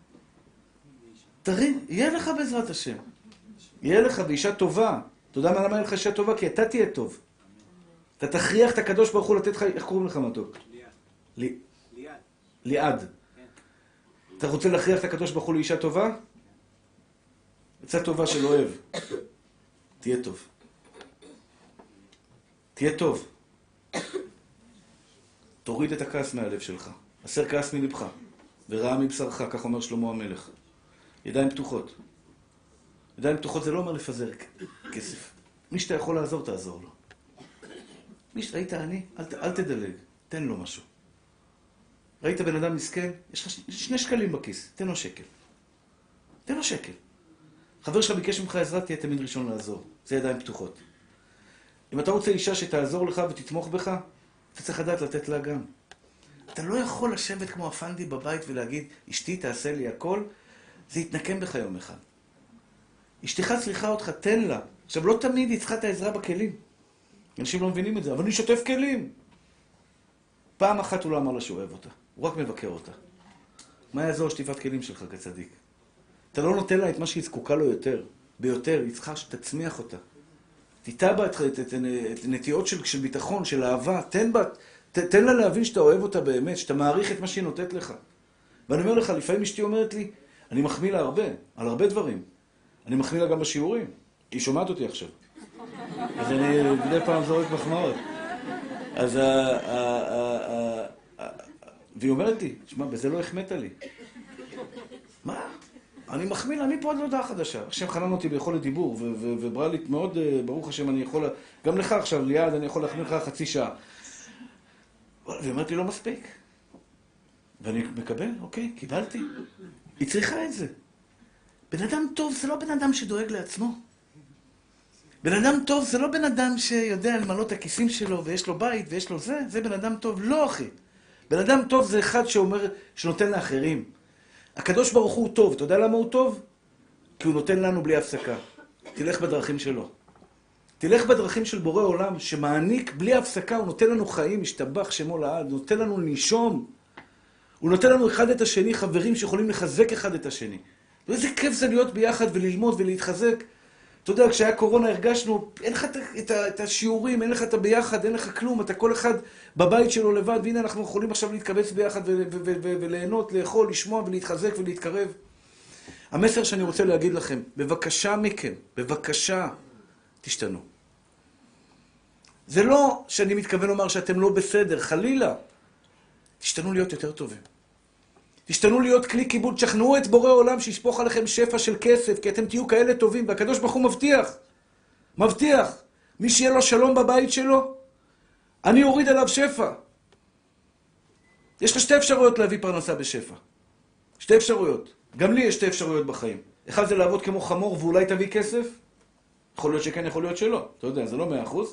תראה, יהיה לך בעזרת השם. יהיה לך באישה טובה. אתה יודע מה למה יהיה לך אישה טובה? כי אתה תהיה טוב. אתה תכריח את הקדוש ברוך הוא לתת לך, איך קוראים לך מתוק? ליעד. ליעד. ליעד. אתה רוצה להכריח את הקדוש ברוך הוא לאישה טובה? עצה טובה של אוהב. תהיה טוב. תהיה טוב. תוריד את הכעס מהלב שלך. הסר כעס מלבך. ורעה מבשרך, כך אומר שלמה המלך. ידיים פתוחות. ידיים פתוחות זה לא אומר לפזר כסף. מי שאתה יכול לעזור, תעזור לו. מי שאתה ראית אני, אל, אל תדלג. תן לו משהו. ראית בן אדם מסכן? יש לך שני שקלים בכיס. תן לו שקל. תן לו שקל. חבר שלך ביקש ממך עזרה, תהיה תמיד ראשון לעזור. זה ידיים פתוחות. אם אתה רוצה אישה שתעזור לך ותתמוך בך, אתה צריך לדעת לתת לה גם. אתה לא יכול לשבת כמו הפנדי בבית ולהגיד, אשתי תעשה לי הכל, זה יתנקם בך יום אחד. אשתך צריכה אותך, תן לה. עכשיו, לא תמיד היא צריכה את העזרה בכלים. אנשים לא מבינים את זה, אבל אני שוטף כלים. פעם אחת הוא לא אמר לה שהוא אוהב אותה. הוא רק מבקר אותה. מה יעזור שטיפת כלים שלך כצדיק? אתה לא נותן לה את מה שהיא זקוקה לו יותר. ביותר, היא צריכה שתצמיח אותה. תיטע בה את, את, את, את נטיות של, של ביטחון, של אהבה. תן, בה, ת, תן לה להבין שאתה אוהב אותה באמת, שאתה מעריך את מה שהיא נותנת לך. ואני אומר לך, לפעמים אשתי אומרת לי, אני מחמיא לה הרבה, על הרבה דברים. אני מחמיא לה גם בשיעורים. היא שומעת אותי עכשיו. אז אני מדי פעם זורק מחמאות. אז ה... ה, ה, ה והיא אומרת לי, תשמע, בזה לא החמאת לי. מה? אני מחמיא לה, מפה עד להודעה חדשה. השם חנן אותי ביכולת דיבור, וברלית מאוד, ברוך השם, אני יכול... גם לך עכשיו, ליד, אני יכול להחמיא לך חצי שעה. והיא אומרת לי, לא מספיק. ואני מקבל, אוקיי, קיבלתי. היא צריכה את זה. בן אדם טוב זה לא בן אדם שדואג לעצמו. בן אדם טוב זה לא בן אדם שיודע למלא את הכיסים שלו, ויש לו בית, ויש לו זה, זה בן אדם טוב. לא, אחי. בן אדם טוב זה אחד שאומר, שנותן לאחרים. הקדוש ברוך הוא טוב. אתה יודע למה הוא טוב? כי הוא נותן לנו בלי הפסקה. תלך בדרכים שלו. תלך בדרכים של בורא עולם, שמעניק בלי הפסקה, הוא נותן לנו חיים, משתבח שמו לעד, הוא נותן לנו לנשום. הוא נותן לנו אחד את השני, חברים שיכולים לחזק אחד את השני. ואיזה כיף זה להיות ביחד וללמוד ולהתחזק. אתה יודע, כשהיה קורונה הרגשנו, אין לך את, את השיעורים, אין לך את הביחד, אין לך כלום, אתה כל אחד בבית שלו לבד, והנה אנחנו יכולים עכשיו להתקבץ ביחד ו- ו- ו- ו- וליהנות, לאכול, לשמוע ולהתחזק ולהתקרב. המסר שאני רוצה להגיד לכם, בבקשה מכם, בבקשה, תשתנו. זה לא שאני מתכוון לומר שאתם לא בסדר, חלילה. תשתנו להיות יותר טובים. תשתנו להיות כלי כיבוד, תשכנעו את בורא עולם שישפוך עליכם שפע של כסף, כי אתם תהיו כאלה טובים, והקדוש ברוך הוא מבטיח, מבטיח, מי שיהיה לו שלום בבית שלו, אני אוריד עליו שפע. יש לך שתי אפשרויות להביא פרנסה בשפע. שתי אפשרויות. גם לי יש שתי אפשרויות בחיים. אחד זה לעבוד כמו חמור ואולי תביא כסף. יכול להיות שכן, יכול להיות שלא. אתה יודע, זה לא מאה אחוז.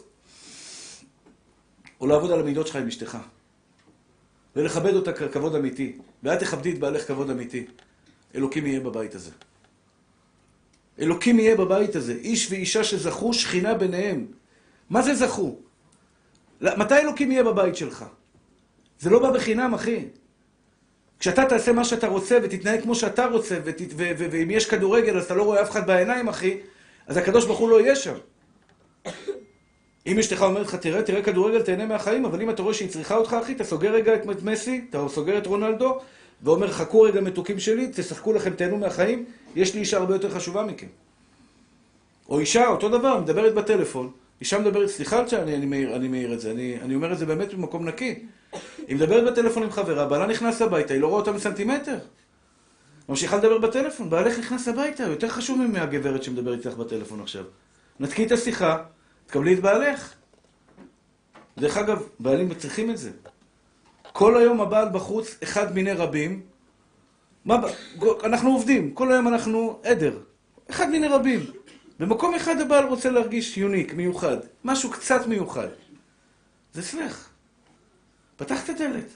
או לעבוד על המידות שלך עם אשתך. ולכבד אותה כבוד אמיתי. ואת תכבדי את בעלך כבוד אמיתי. אלוקים יהיה בבית הזה. אלוקים יהיה בבית הזה. איש ואישה שזכו שכינה ביניהם. מה זה זכו? מתי אלוקים יהיה בבית שלך? זה לא בא בחינם, אחי. כשאתה תעשה מה שאתה רוצה ותתנהג כמו שאתה רוצה, ות... ו... ו... ו... ואם יש כדורגל אז אתה לא רואה אף אחד בעיניים, אחי, אז הקדוש ברוך הוא לא יהיה שם. אם אשתך אומרת לך, תראה, תראה כדורגל, תהנה מהחיים, אבל אם אתה רואה שהיא צריכה אותך, אחי, אתה סוגר רגע את מסי, אתה סוגר את רונלדו, ואומר, חכו רגע מתוקים שלי, תשחקו לכם, תהנו מהחיים, יש לי אישה הרבה יותר חשובה מכם. או אישה, אותו דבר, מדברת בטלפון, אישה מדברת, סליחה שאני אני מעיר, אני מעיר את זה, אני, אני אומר את זה באמת במקום נקי. היא מדברת בטלפון עם חברה, בעלה נכנס הביתה, היא לא רואה אותה מסנטימטר. ממשיכה לדבר בטלפון, בעלך נכנס הביתה, יותר חשוב מהגברת שמדברת איתך בטלפון עכשיו. נתקי את השיחה, תקבלי את בעלך. דרך אגב, בעלים צריכים את זה. כל היום הבעל בחוץ, אחד מיני רבים. מה, אנחנו עובדים, כל היום אנחנו עדר. אחד מיני רבים. במקום אחד הבעל רוצה להרגיש יוניק, מיוחד. משהו קצת מיוחד. זה אצלך. פתח את הדלת.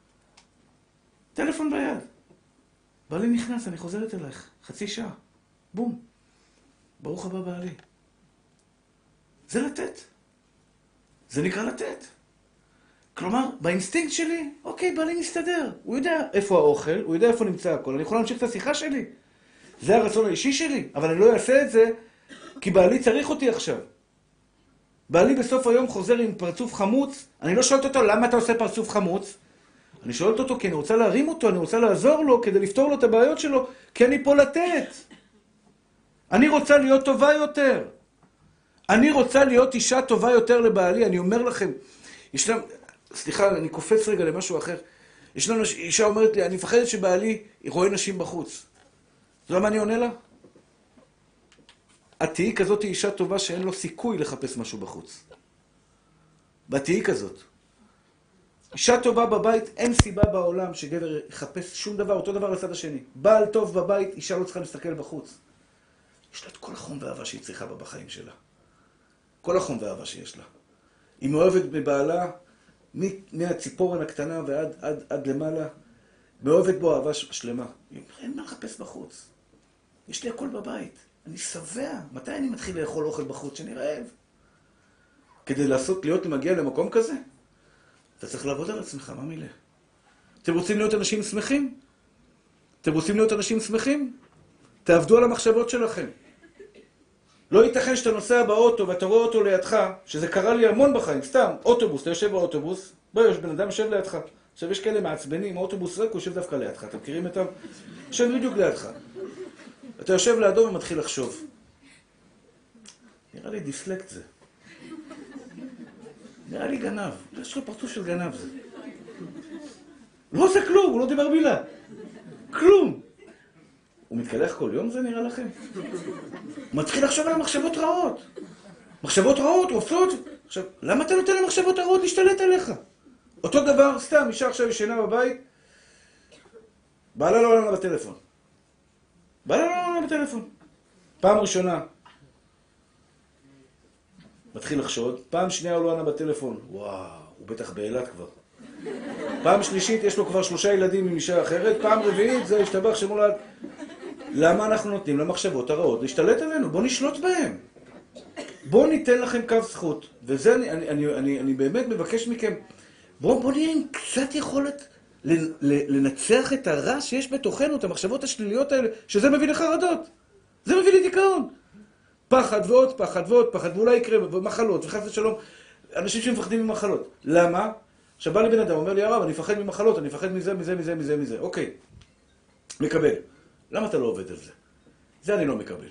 טלפון ביד. בעלי נכנס, אני חוזרת אלייך. חצי שעה. בום. ברוך הבא בעלי. זה לתת. זה נקרא לתת. כלומר, באינסטינקט שלי, אוקיי, בעלי מסתדר. הוא יודע איפה האוכל, הוא יודע איפה נמצא הכל. אני יכול להמשיך את השיחה שלי. זה הרצון האישי שלי, אבל אני לא אעשה את זה כי בעלי צריך אותי עכשיו. בעלי בסוף היום חוזר עם פרצוף חמוץ. אני לא שואלת אותו, למה אתה עושה פרצוף חמוץ? אני שואלת אותו כי אני רוצה להרים אותו, אני רוצה לעזור לו כדי לפתור לו את הבעיות שלו, כי אני פה לתת. אני רוצה להיות טובה יותר. אני רוצה להיות אישה טובה יותר לבעלי. אני אומר לכם, יש להם, סליחה, אני קופץ רגע למשהו אחר. יש לנו אישה אומרת לי, אני מפחדת שבעלי רואה נשים בחוץ. זה למה אני עונה לה? את תהי כזאת אישה טובה שאין לו סיכוי לחפש משהו בחוץ. בתהי כזאת. אישה טובה בבית, אין סיבה בעולם שגבר יחפש שום דבר, אותו דבר לצד השני. בעל טוב בבית, אישה לא צריכה להסתכל בחוץ. יש לה את כל החום ואהבה שהיא צריכה בה בחיים שלה. כל החום ואהבה שיש לה. היא מאוהבת בבעלה, מהציפורן הקטנה ועד עד, עד למעלה, מאוהבת בו אהבה שלמה. אין מה לחפש בחוץ. יש לי הכל בבית. אני שבע. מתי אני מתחיל לאכול אוכל בחוץ שאני רעב? כדי לעשות, להיות מגיע למקום כזה? אתה צריך לעבוד על עצמך, מה מילה? אתם רוצים להיות אנשים שמחים? אתם רוצים להיות אנשים שמחים? תעבדו על המחשבות שלכם. לא ייתכן שאתה נוסע באוטו ואתה רואה אותו לידך, שזה קרה לי המון בחיים, סתם, אוטובוס, אתה יושב באוטובוס, בוא, יש בן אדם יושב לידך. עכשיו יש כאלה מעצבנים, האוטובוס ריק, הוא יושב דווקא לידך, אתם מכירים אותם? יושב בדיוק לידך. אתה יושב לידו ומתחיל לחשוב. נראה לי דיסלקט זה. נראה לי גנב. יש לו פרצוף של גנב זה. לא עושה כלום, הוא לא דיבר מילה. כלום. הוא מתקלח כל יום, זה נראה לכם? הוא מתחיל לחשוב על המחשבות רעות. מחשבות רעות, רופאות. עכשיו, למה אתה נותן למחשבות הרעות להשתלט עליך? אותו דבר, סתם, אישה עכשיו ישנה בבית, בעלה לא עונה בטלפון. בעלה לא עונה בטלפון. פעם ראשונה, מתחיל לחשוד, פעם שנייה הוא לא עונה בטלפון. וואו, הוא בטח באילת כבר. פעם שלישית, יש לו כבר שלושה ילדים עם אישה אחרת, פעם רביעית, זה השתבח שמולד. למה אנחנו נותנים למחשבות הרעות להשתלט עלינו? בוא נשלוט בהם. בוא ניתן לכם קו זכות. וזה אני, אני, אני, אני, אני באמת מבקש מכם, בוא, בוא נהיה עם קצת יכולת לנצח את הרע שיש בתוכנו, את המחשבות השליליות האלה, שזה מביא לחרדות. זה מביא לדיכאון. פחד ועוד פחד ועוד פחד, ואולי יקרה, ומחלות, וחס ושלום, אנשים שמפחדים ממחלות. למה? עכשיו בא לי בן אדם, אומר לי, הרב, אני מפחד ממחלות, אני מפחד מזה, מזה, מזה, מזה, מזה. אוקיי, מקבל. למה אתה לא עובד על זה? זה אני לא מקבל.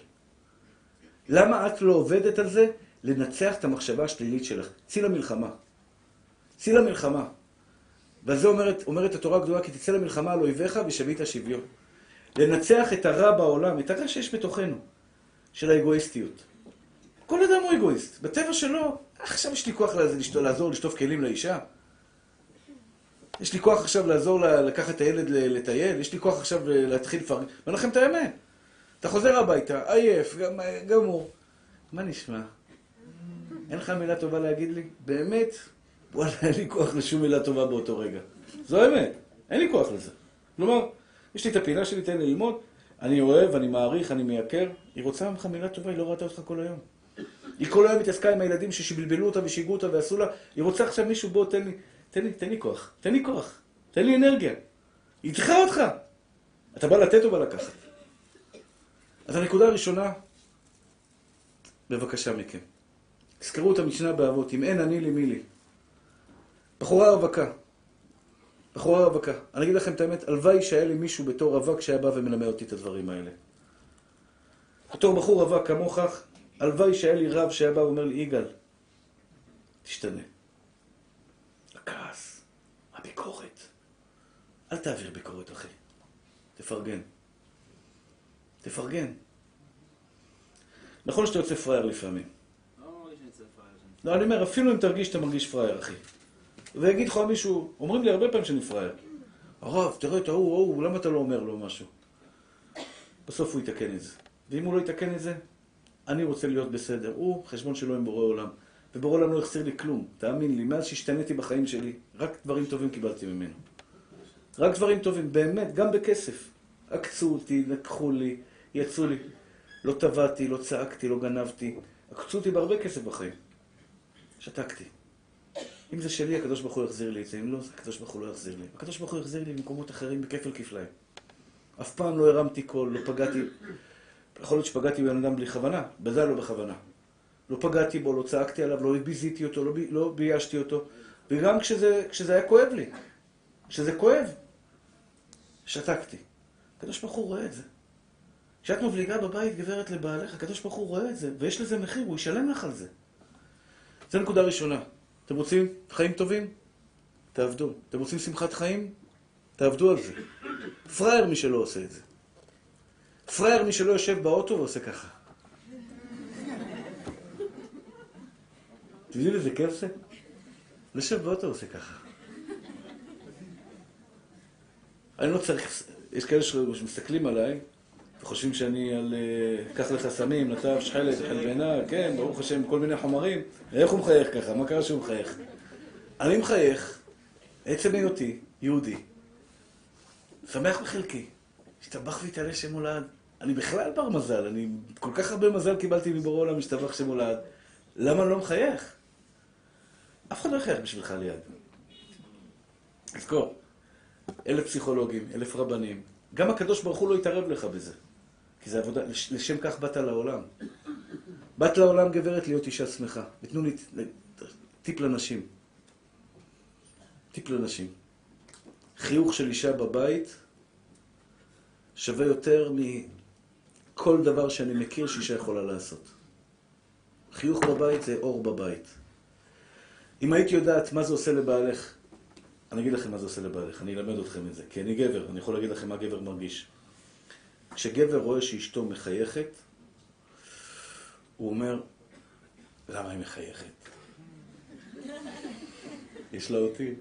למה את לא עובדת על זה? לנצח את המחשבה השלילית שלך. צי למלחמה. צי למלחמה. ועל זה אומרת, אומרת התורה הגדולה, כי תצא למלחמה על אויביך ושבית השוויון. לנצח את הרע בעולם, את הרע שיש בתוכנו, של האגואיסטיות. כל אדם הוא אגואיסט. בטבע שלו, עכשיו יש לי כוח לעזור לשטוף כלים לאישה. יש לי כוח עכשיו לעזור לקחת את הילד לטייל. יש לי כוח עכשיו להתחיל לפרק. אומר לכם את האמת. אתה חוזר הביתה, עייף, גמור. מה נשמע? אין לך מילה טובה להגיד לי? באמת? וואלה, אין לי כוח לשום מילה טובה באותו רגע. זו האמת. אין לי כוח לזה. כלומר, יש לי את הפינה שלי, תן לי ללמוד. אני אוהב, אני מעריך, אני מייקר. היא רוצה ממך מילה טובה, היא לא ראתה אותך כל היום. היא כל היום מתעסקה עם הילדים שבלבלו אותה ושיגעו אותה ועשו לה. היא רוצה עכשיו מישהו, בוא, תן לי, תן לי, תן לי כוח. תן לי כוח. תן לי אנרגיה. היא צריכה אותך. אתה בא לתת או בא לקחת? אז הנקודה הראשונה, בבקשה מכם. תזכרו את המשנה באבות, אם אין אני לי מי לי. בחורה רווקה. בחורה רווקה. אני אגיד לכם את האמת, הלוואי שהיה לי מישהו בתור רווק שהיה בא ומלמד אותי את הדברים האלה. בתור בחור רווק כמוך, הלוואי שהיה לי רב שהיה בא ואומר לי, יגאל, תשתנה. הכעס, הביקורת. אל תעביר ביקורת, אחי. תפרגן. תפרגן. נכון שאתה יוצא פרייר לפעמים. לא מרגיש שאני יוצא פרייר. לא, אני אומר, אפילו אם תרגיש שאתה מרגיש פרייר, אחי. ויגיד לך מישהו, אומרים לי הרבה פעמים שאני פרייר. הרב, תראה את ההוא, ההוא, למה אתה לא אומר לו משהו? בסוף הוא יתקן את זה. ואם הוא לא יתקן את זה, אני רוצה להיות בסדר. הוא חשבון שלו עם בורא עולם. ובורא עולם לא יחסיר לי כלום. תאמין לי, מאז שהשתניתי בחיים שלי, רק דברים טובים קיבלתי ממנו. רק דברים טובים, באמת, גם בכסף. עקצו אותי, לקחו לי, יצאו לי. לא טבעתי, לא צעקתי, לא גנבתי. עקצו אותי בהרבה כסף בחיים. שתקתי. אם זה שלי, הקדוש ברוך הוא יחזיר לי את זה. אם לא, הקדוש ברוך הוא לא יחזיר לי. הקדוש ברוך הוא יחזיר לי במקומות אחרים בכפל כפליים. אף פעם לא הרמתי קול, לא פגעתי. יכול להיות שפגעתי בבן אדם בלי כוונה, בזה לא בכוונה. לא פגעתי בו, לא צעקתי עליו, לא ביזיתי אותו, לא, בי, לא ביישתי אותו. וגם כשזה, כשזה היה כואב לי, כשזה כואב, שתקתי. הקדוש ברוך הוא רואה את זה. כשאת מבליגה בבית גברת לבעלך, הקדוש ברוך הוא רואה את זה, ויש לזה מחיר, הוא ישלם לך על זה. זו נקודה ראשונה. אתם רוצים חיים טובים? תעבדו. אתם רוצים שמחת חיים? תעבדו על זה. פראייר מי שלא עושה את זה. פראייר מי שלא יושב באוטו ועושה ככה. אתם יודעים איזה כיף זה? לשב באוטו ועושה ככה. אני לא צריך... יש כאלה שמסתכלים עליי וחושבים שאני על... קח לך סמים, נתב, שחלת, חלבנה, כן, ברוך השם, כל מיני חומרים. איך הוא מחייך ככה? מה קרה שהוא מחייך? אני מחייך, עצם היותי, יהודי. שמח בחלקי. השתבח והתעלה שם הולד. אני בכלל בר מזל, אני כל כך הרבה מזל קיבלתי מבורא עולם, השתבח שם הולד. למה אני לא מחייך? אף אחד לא יחייך בשבילך ליד. תזכור, אלף פסיכולוגים, אלף רבנים. גם הקדוש ברוך הוא לא יתערב לך בזה. כי זה עבודה, לשם כך באת לעולם. באת לעולם גברת להיות אישה שמחה. ותנו לי טיפ לנשים. טיפ לנשים. חיוך של אישה בבית שווה יותר מכל דבר שאני מכיר שאישה יכולה לעשות. חיוך בבית זה אור בבית. אם הייתי יודעת מה זה עושה לבעלך, אני אגיד לכם מה זה עושה לבעלך, אני אלמד אתכם את זה, כי אני גבר, אני יכול להגיד לכם מה גבר מרגיש. כשגבר רואה שאשתו מחייכת, הוא אומר, למה היא מחייכת? יש לה אותי.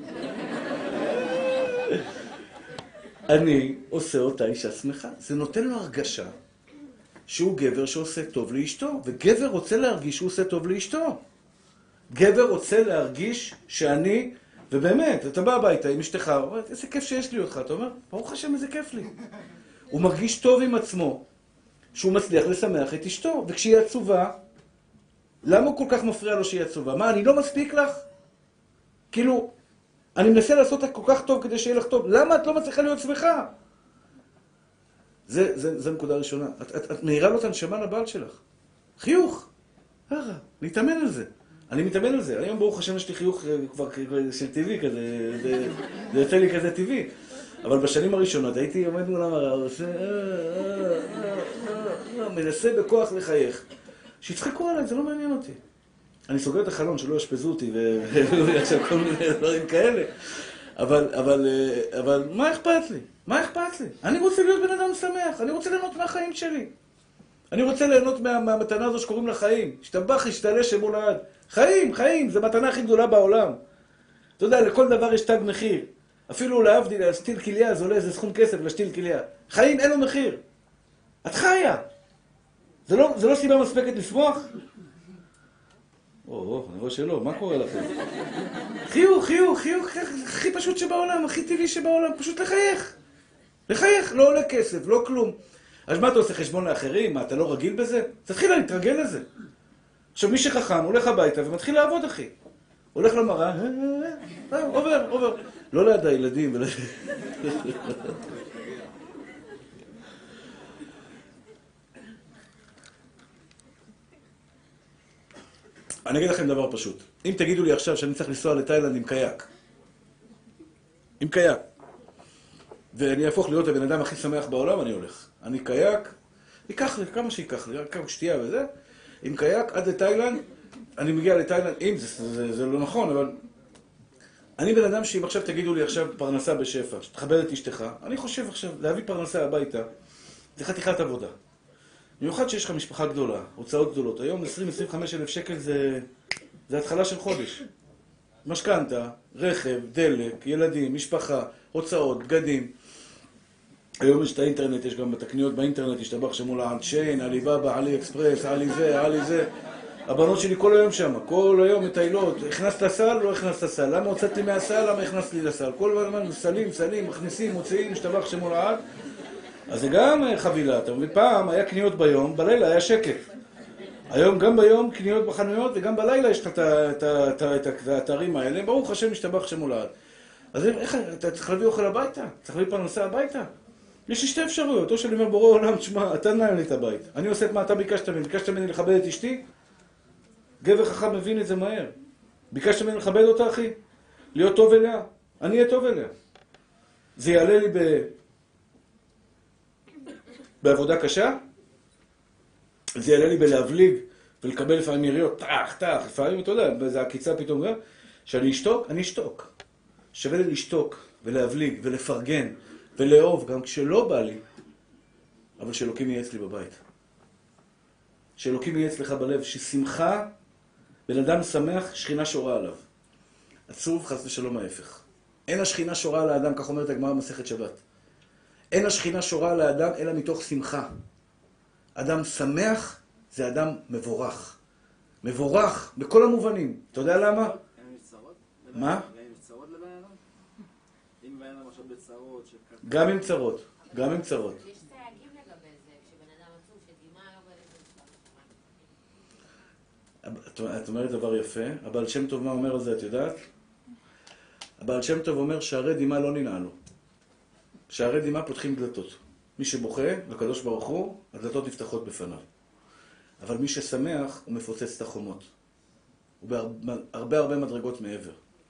אני עושה אותה אישה שמחה. זה נותן לו הרגשה שהוא גבר שעושה טוב לאשתו, וגבר רוצה להרגיש שהוא עושה טוב לאשתו. גבר רוצה להרגיש שאני, ובאמת, אתה בא הביתה עם אשתך, הוא אומר, איזה כיף שיש לי אותך, אתה אומר, ברוך השם, איזה כיף לי. הוא מרגיש טוב עם עצמו, שהוא מצליח לשמח את אשתו, וכשהיא עצובה, למה הוא כל כך מפריע לו שהיא עצובה? מה, אני לא מספיק לך? כאילו, אני מנסה לעשות אותה כל כך טוב כדי שיהיה לך טוב, למה את לא מצליחה להיות שמחה? זה, זה, זה נקודה ראשונה. את, את, את מהירה לו את הנשמה לבעל שלך. חיוך. ככה, להתאמן על זה. אני מתאמן על זה. היום ברוך השם יש לי חיוך כבר של טבעי כזה, זה, זה יוצא לי כזה טבעי. אבל בשנים הראשונות הייתי עומד מול המראה, עושה, מנסה בכוח לחייך. שיצחקו עליי, זה לא מעניין אותי. אני סוגר את החלון שלא ישפזו אותי ועכשיו כל מיני דברים כאלה. אבל, אבל, אבל מה אכפת לי? מה אכפת לי? אני רוצה להיות בן אדם שמח, אני רוצה ליהנות מהחיים שלי. אני רוצה ליהנות מה, מהמתנה הזו שקוראים לה חיים. שתבח, ישתעלה שם הולד. חיים, חיים, זו מתנה הכי גדולה בעולם. אתה יודע, לכל דבר יש תג מחיר. אפילו להבדיל, להשתיל כליה, זה עולה איזה סכום כסף להשתיל כליה. חיים אין לו מחיר. את חיה. זה לא, זה לא סיבה מספקת לשמוח? או, או, אני רואה שלא, מה קורה לכם? חיוך, חיוך, חיוך, הכי פשוט שבעולם, הכי טבעי שבעולם, פשוט לחייך. לחייך, לא עולה כסף, לא כלום. אז מה אתה עושה חשבון לאחרים? מה, אתה לא רגיל בזה? תתחיל להתרגל לזה. עכשיו, מי שחכם הולך הביתה ומתחיל לעבוד, אחי. הולך למראה, עובר, עובר. לא ליד הילדים ול... אני אגיד לכם דבר פשוט. אם תגידו לי עכשיו שאני צריך לנסוע לתאילנד עם קייק, עם קייק, ואני אהפוך להיות הבן אדם הכי שמח בעולם, אני הולך. אני קייק, ייקח לי, כמה שיקח לי, כמה שתייה וזה, עם קייק עד לתאילנד, אני מגיע לתאילנד, אם זה, זה, זה לא נכון, אבל... אני בן אדם שאם עכשיו תגידו לי עכשיו פרנסה בשפע, שתכבד את אשתך, אני חושב עכשיו להביא פרנסה הביתה, זה חתיכת עבודה. במיוחד שיש לך משפחה גדולה, הוצאות גדולות. היום עשרים עד עשרים וחמישה אלף שקל זה, זה התחלה של חודש. משכנתה, רכב, דלק, ילדים, משפחה, הוצאות, בגדים. היום יש את האינטרנט, יש גם את הקניות באינטרנט, השתבח שמול האנשיין, עליבאבא, עלי אקספרס, עלי זה, עלי זה. הבנות שלי כל היום שם, כל היום מטיילות, הכנסת סל, לא הכנסת סל. למה הוצאת לי מהסל, למה הכנסת לי לסל? כל הזמן סלים, סלים, מכניסים, מוציאים, השתבח שמול העד. אז זה גם חבילה. פעם היה קניות ביום, בלילה היה שקט. היום גם ביום קניות בחנויות, וגם בלילה יש לך את האתרים האלה. ברוך השם, השתבח שמול העד. אז איך, אתה צריך להביא אוכל הביתה? צריך להביא פרנסה הביתה? יש לי שתי אפשרויות, או שאני אומר בורא עולם, תשמע, אתה נעים לי את הבית. אני עושה את מה אתה ביקשת ממני. ביקשת ממני לכבד את אשתי? גבר חכם מבין את זה מהר. ביקשת ממני לכבד אותה, אחי? להיות טוב אליה? אני אהיה טוב אליה. זה יעלה לי ב... בעבודה קשה? זה יעלה לי בלהבליג ולקבל לפעמים יריות, טח, טח, לפעמים, אתה יודע, באיזו עקיצה פתאום, שאני אשתוק? אני אשתוק. שווה לי לשתוק ולהבליג ולפרגן ולאהוב, גם כשלא בא לי, אבל שאלוקים יהיה אצלי בבית. שאלוקים יהיה אצלך בלב, ששמחה, בן אדם שמח, שכינה שורה עליו. עצוב, חס ושלום ההפך. אין השכינה שורה על האדם, כך אומרת הגמרא במסכת שבת. אין השכינה שורה על האדם, אלא מתוך שמחה. אדם שמח זה אדם מבורך. מבורך בכל המובנים. אתה יודע למה? אין מצרות? מה? אין מצרות לבן אדם? אם בן אדם עכשיו בצרות... גם עם צרות. גם עם צרות. יש סייגים לגבי זה, כשבן אדם עצוב, שדמעה לא בלב. את אומרת דבר יפה. הבעל שם טוב מה אומר על זה, את יודעת? הבעל שם טוב אומר שערי דמעה לא ננעלו. שערי דמעה פותחים דלתות. מי שבוכה, לקדוש ברוך הוא, הדלתות נפתחות בפניו. אבל מי ששמח, הוא מפוצץ את החומות. הוא בהרבה הרבה מדרגות מעבר.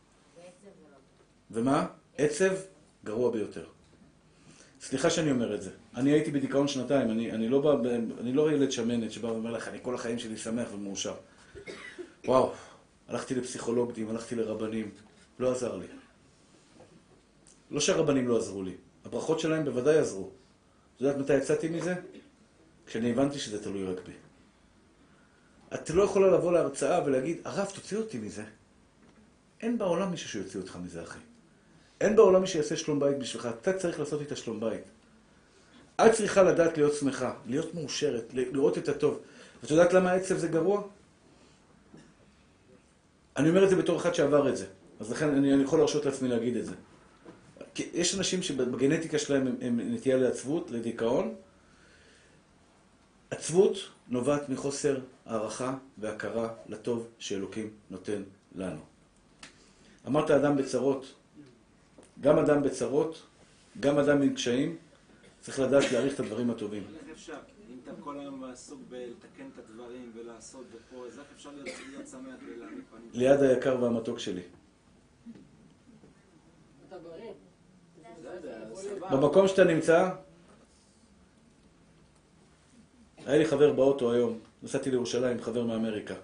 ומה? עצב גרוע ביותר. סליחה שאני אומר את זה. אני הייתי בדיכאון שנתיים, אני, אני, לא, בא, אני לא ילד שמנת שבא ואומר לך, אני כל החיים שלי שמח ומאושר. וואו, הלכתי לפסיכולוגים, הלכתי לרבנים, לא עזר לי. לא שהרבנים לא עזרו לי, הברכות שלהם בוודאי עזרו. את יודעת מתי יצאתי מזה? כשאני הבנתי שזה תלוי רק בי. את לא יכולה לבוא להרצאה ולהגיד, הרב, תוציא אותי מזה. אין בעולם מישהו שיוציא אותך מזה, אחי. אין בעולם מי שיעשה שלום בית בשבילך. אתה צריך לעשות איתה שלום בית. את צריכה לדעת להיות שמחה, להיות מאושרת, לראות את הטוב. ואת יודעת למה העצב זה גרוע? אני אומר את זה בתור אחד שעבר את זה. אז לכן אני, אני יכול להרשות לעצמי להגיד את זה. כי יש אנשים שבגנטיקה שלהם הם, הם נטייה לעצבות, לדיכאון. עצבות נובעת מחוסר הערכה והכרה לטוב שאלוקים נותן לנו. אמרת אדם בצרות, גם אדם בצרות, גם אדם עם קשיים, צריך לדעת להעריך את הדברים הטובים. איך אפשר? אם אתה כל היום עסוק בלתקן את הדברים ולעשות ופה, אז איך אפשר להיות שמח ולהעמיד פנים? ליד היקר והמתוק שלי. אתה בריא. במקום שאתה נמצא, היה לי חבר באוטו היום, נסעתי לירושלים, חבר מאמריקה.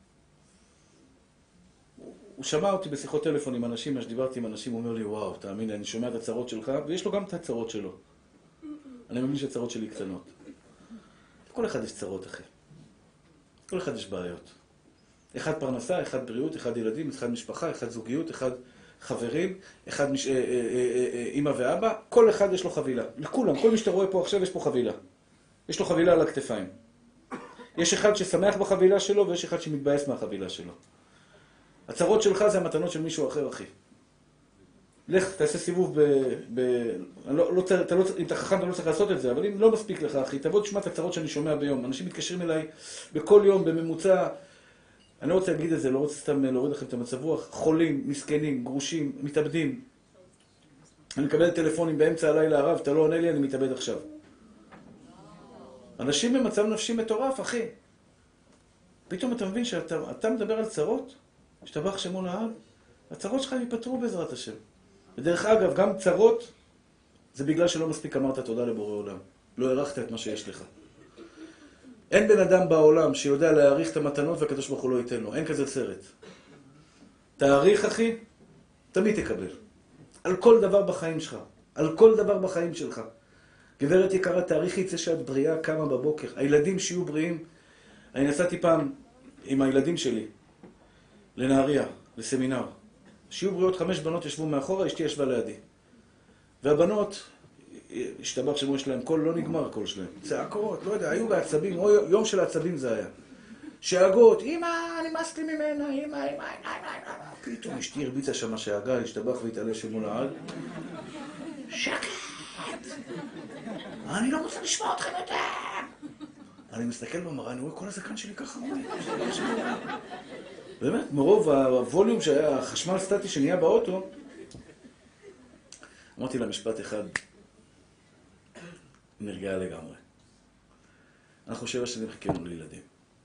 הוא שמע אותי בשיחות טלפון עם אנשים, מה שדיברתי עם אנשים, הוא אומר לי, וואו, תאמין לי, אני שומע את הצרות שלך, ויש לו גם את הצרות שלו. אני מבין שהצרות שלי קטנות. כל אחד יש צרות, אחי. כל אחד יש בעיות. אחד פרנסה, אחד בריאות, אחד ילדים, אחד משפחה, אחד זוגיות, אחד חברים, אחד מש... אמא ואבא. כל אחד יש לו חבילה. לכולם, כל מי שאתה רואה פה עכשיו יש פה חבילה. יש לו חבילה על הכתפיים. יש אחד ששמח בחבילה שלו, ויש אחד שמתבאס מהחבילה שלו. הצרות שלך זה המתנות של מישהו אחר, אחי. לך, תעשה סיבוב ב... ב... לא, לא, אתה לא, אם אתה חכם, אתה לא צריך לעשות את זה, אבל אם לא מספיק לך, אחי, תבוא תשמע את הצרות שאני שומע ביום. אנשים מתקשרים אליי בכל יום, בממוצע. אני לא רוצה להגיד את זה, לא רוצה סתם להוריד לכם את המצב רוח. חולים, מסכנים, גרושים, מתאבדים. אני מקבל טלפונים באמצע הלילה, הרב, אתה לא עונה לי, אני מתאבד עכשיו. אנשים במצב נפשי מטורף, אחי. פתאום אתה מבין שאתה אתה מדבר על צרות, שתבח שמו לעם, הצרות שלך ייפטרו בעזרת השם. ודרך אגב, גם צרות, זה בגלל שלא מספיק אמרת תודה לבורא עולם. לא הערכת את מה שיש לך. אין בן אדם בעולם שיודע להעריך את המתנות והקדוש ברוך הוא לא ייתן לו. אין כזה סרט. תעריך, אחי, תמיד תקבל. על כל דבר בחיים שלך. על כל דבר בחיים שלך. גברת יקרה, תעריכי את זה שאת בריאה קמה בבוקר. הילדים שיהיו בריאים. אני נסעתי פעם עם הילדים שלי לנהריה, לסמינר. שיהיו בריאות, חמש בנות ישבו מאחורה, אשתי ישבה לידי. והבנות השתבח שמו שלהם, קול לא נגמר הקול שלהם. צעקות, לא יודע, היו בעצבים, או יום של העצבים זה היה. שאגות, אמא, נמאס לי ממנה, אמא, אמא, אמא, אמא. פתאום אשתי הרביצה שם שאגה, השתבח והתעלה שמו לעד. שקט! אני לא רוצה לשמוע אתכם יותר! אני מסתכל במראה, אני רואה כל הזקן שלי ככה רואה. באמת, מרוב הווליום שהיה, החשמל סטטי שנהיה באוטו, אמרתי לה משפט אחד, נרגעה לגמרי. אנחנו שבע שנים חיכינו לילדים.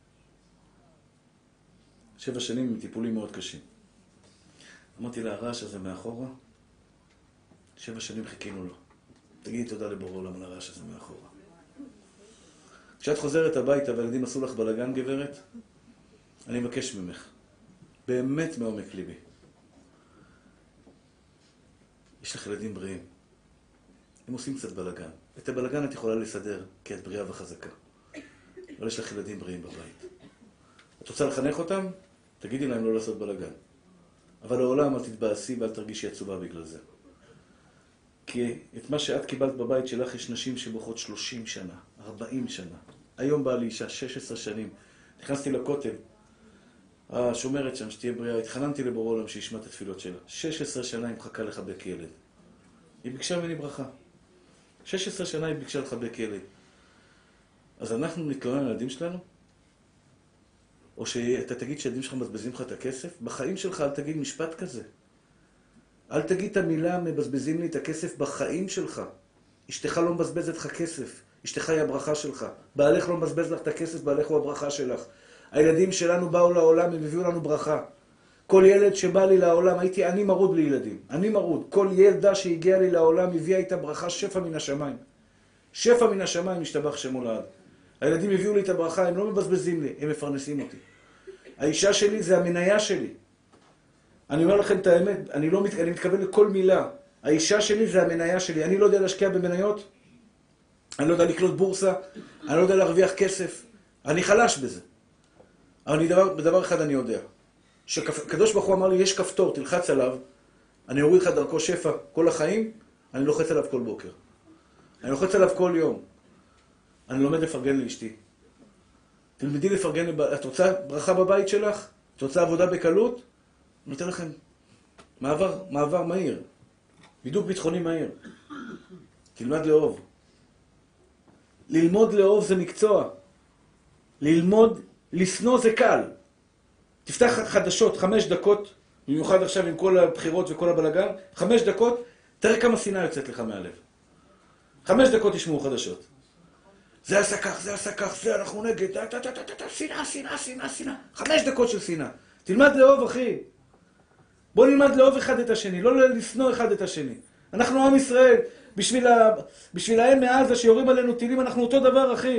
שבע שנים עם טיפולים מאוד קשים. אמרתי לה, הרעש הזה מאחורה, שבע שנים חיכינו לו. תגידי תודה לבורא עולם על הרעש הזה מאחורה. כשאת חוזרת הביתה והילדים עשו לך בלגן, גברת, אני מבקש ממך, באמת מעומק ליבי. יש לך ילדים בריאים. הם עושים קצת בלגן. את הבלגן את יכולה לסדר, כי את בריאה וחזקה. אבל יש לך ילדים בריאים בבית. את רוצה לחנך אותם? תגידי להם לא לעשות בלגן. אבל לעולם אל תתבאסי ואל תרגישי עצובה בגלל זה. כי את מה שאת קיבלת בבית שלך יש נשים שבוכות שלושים שנה, ארבעים שנה. היום באה לי אישה, שש עשרה שנים. נכנסתי לכותל, השומרת שם, שתהיה בריאה, התחננתי לבורא עולם שישמע את התפילות שלה. שש עשרה שנה היא מחכה לחבק ילד. היא ביקשה ממני ברכה. שש עשרה שנה היא ביקשה לחבק ילד. אז אנחנו נתלונן על הילדים שלנו? או שאתה תגיד שהילדים שלך מבזבזים לך את הכסף? בחיים שלך אל תגיד משפט כזה. אל תגיד את המילה מבזבזים לי את הכסף בחיים שלך. אשתך לא מבזבזת לך כסף. אשתך היא הברכה שלך. בעלך לא מבזבז לך את הכסף, בעלך הוא הברכה שלך. הילדים שלנו באו לעולם, הם הביאו לנו ברכה. כל ילד שבא לי לעולם, הייתי אני מרוד לילדים. אני מרוד. כל ילדה שהגיעה לי לעולם הביאה איתה ברכה שפע מן השמיים. שפע מן השמיים השתבח שמו לעד. הילדים הביאו לי את הברכה, הם לא מבזבזים לי, הם מפרנסים אותי. האישה שלי זה המניה שלי. אני אומר לכם את האמת, אני, לא מת... אני מתכוון לכל מילה. האישה שלי זה המניה שלי. אני לא יודע להשקיע במניות, אני לא יודע לקלוט בורסה, אני לא יודע להרוויח כסף. אני חלש בזה. אבל אני דבר, בדבר אחד אני יודע. שקדוש ברוך הוא אמר לי, יש כפתור, תלחץ עליו, אני אוריד לך דרכו שפע כל החיים, אני לוחץ עליו כל בוקר. אני לוחץ עליו כל יום. אני לומד לפרגן לאשתי. תלמדי לפרגן, לב... את רוצה ברכה בבית שלך? את רוצה עבודה בקלות? אני נותן לכם מעבר, מעבר מהיר. בידוק ביטחוני מהיר. תלמד לאהוב. ללמוד לאהוב זה מקצוע. ללמוד, לשנוא זה קל. תפתח חדשות, חמש דקות, במיוחד עכשיו עם כל הבחירות וכל הבלגן, חמש דקות, תראה כמה שנאה יוצאת לך מהלב. חמש דקות תשמעו חדשות. זה עשה כך, זה עשה כך, זה אנחנו נגד, שנאה, שנאה, שנאה, שנאה. חמש דקות של שנאה. תלמד לאהוב, אחי. בוא נלמד לאהוב אחד את השני, לא לשנוא אחד את השני. אנחנו עם ישראל, בשביל, ה... בשביל ההם מעזה שיורים עלינו טילים, אנחנו אותו דבר, אחי.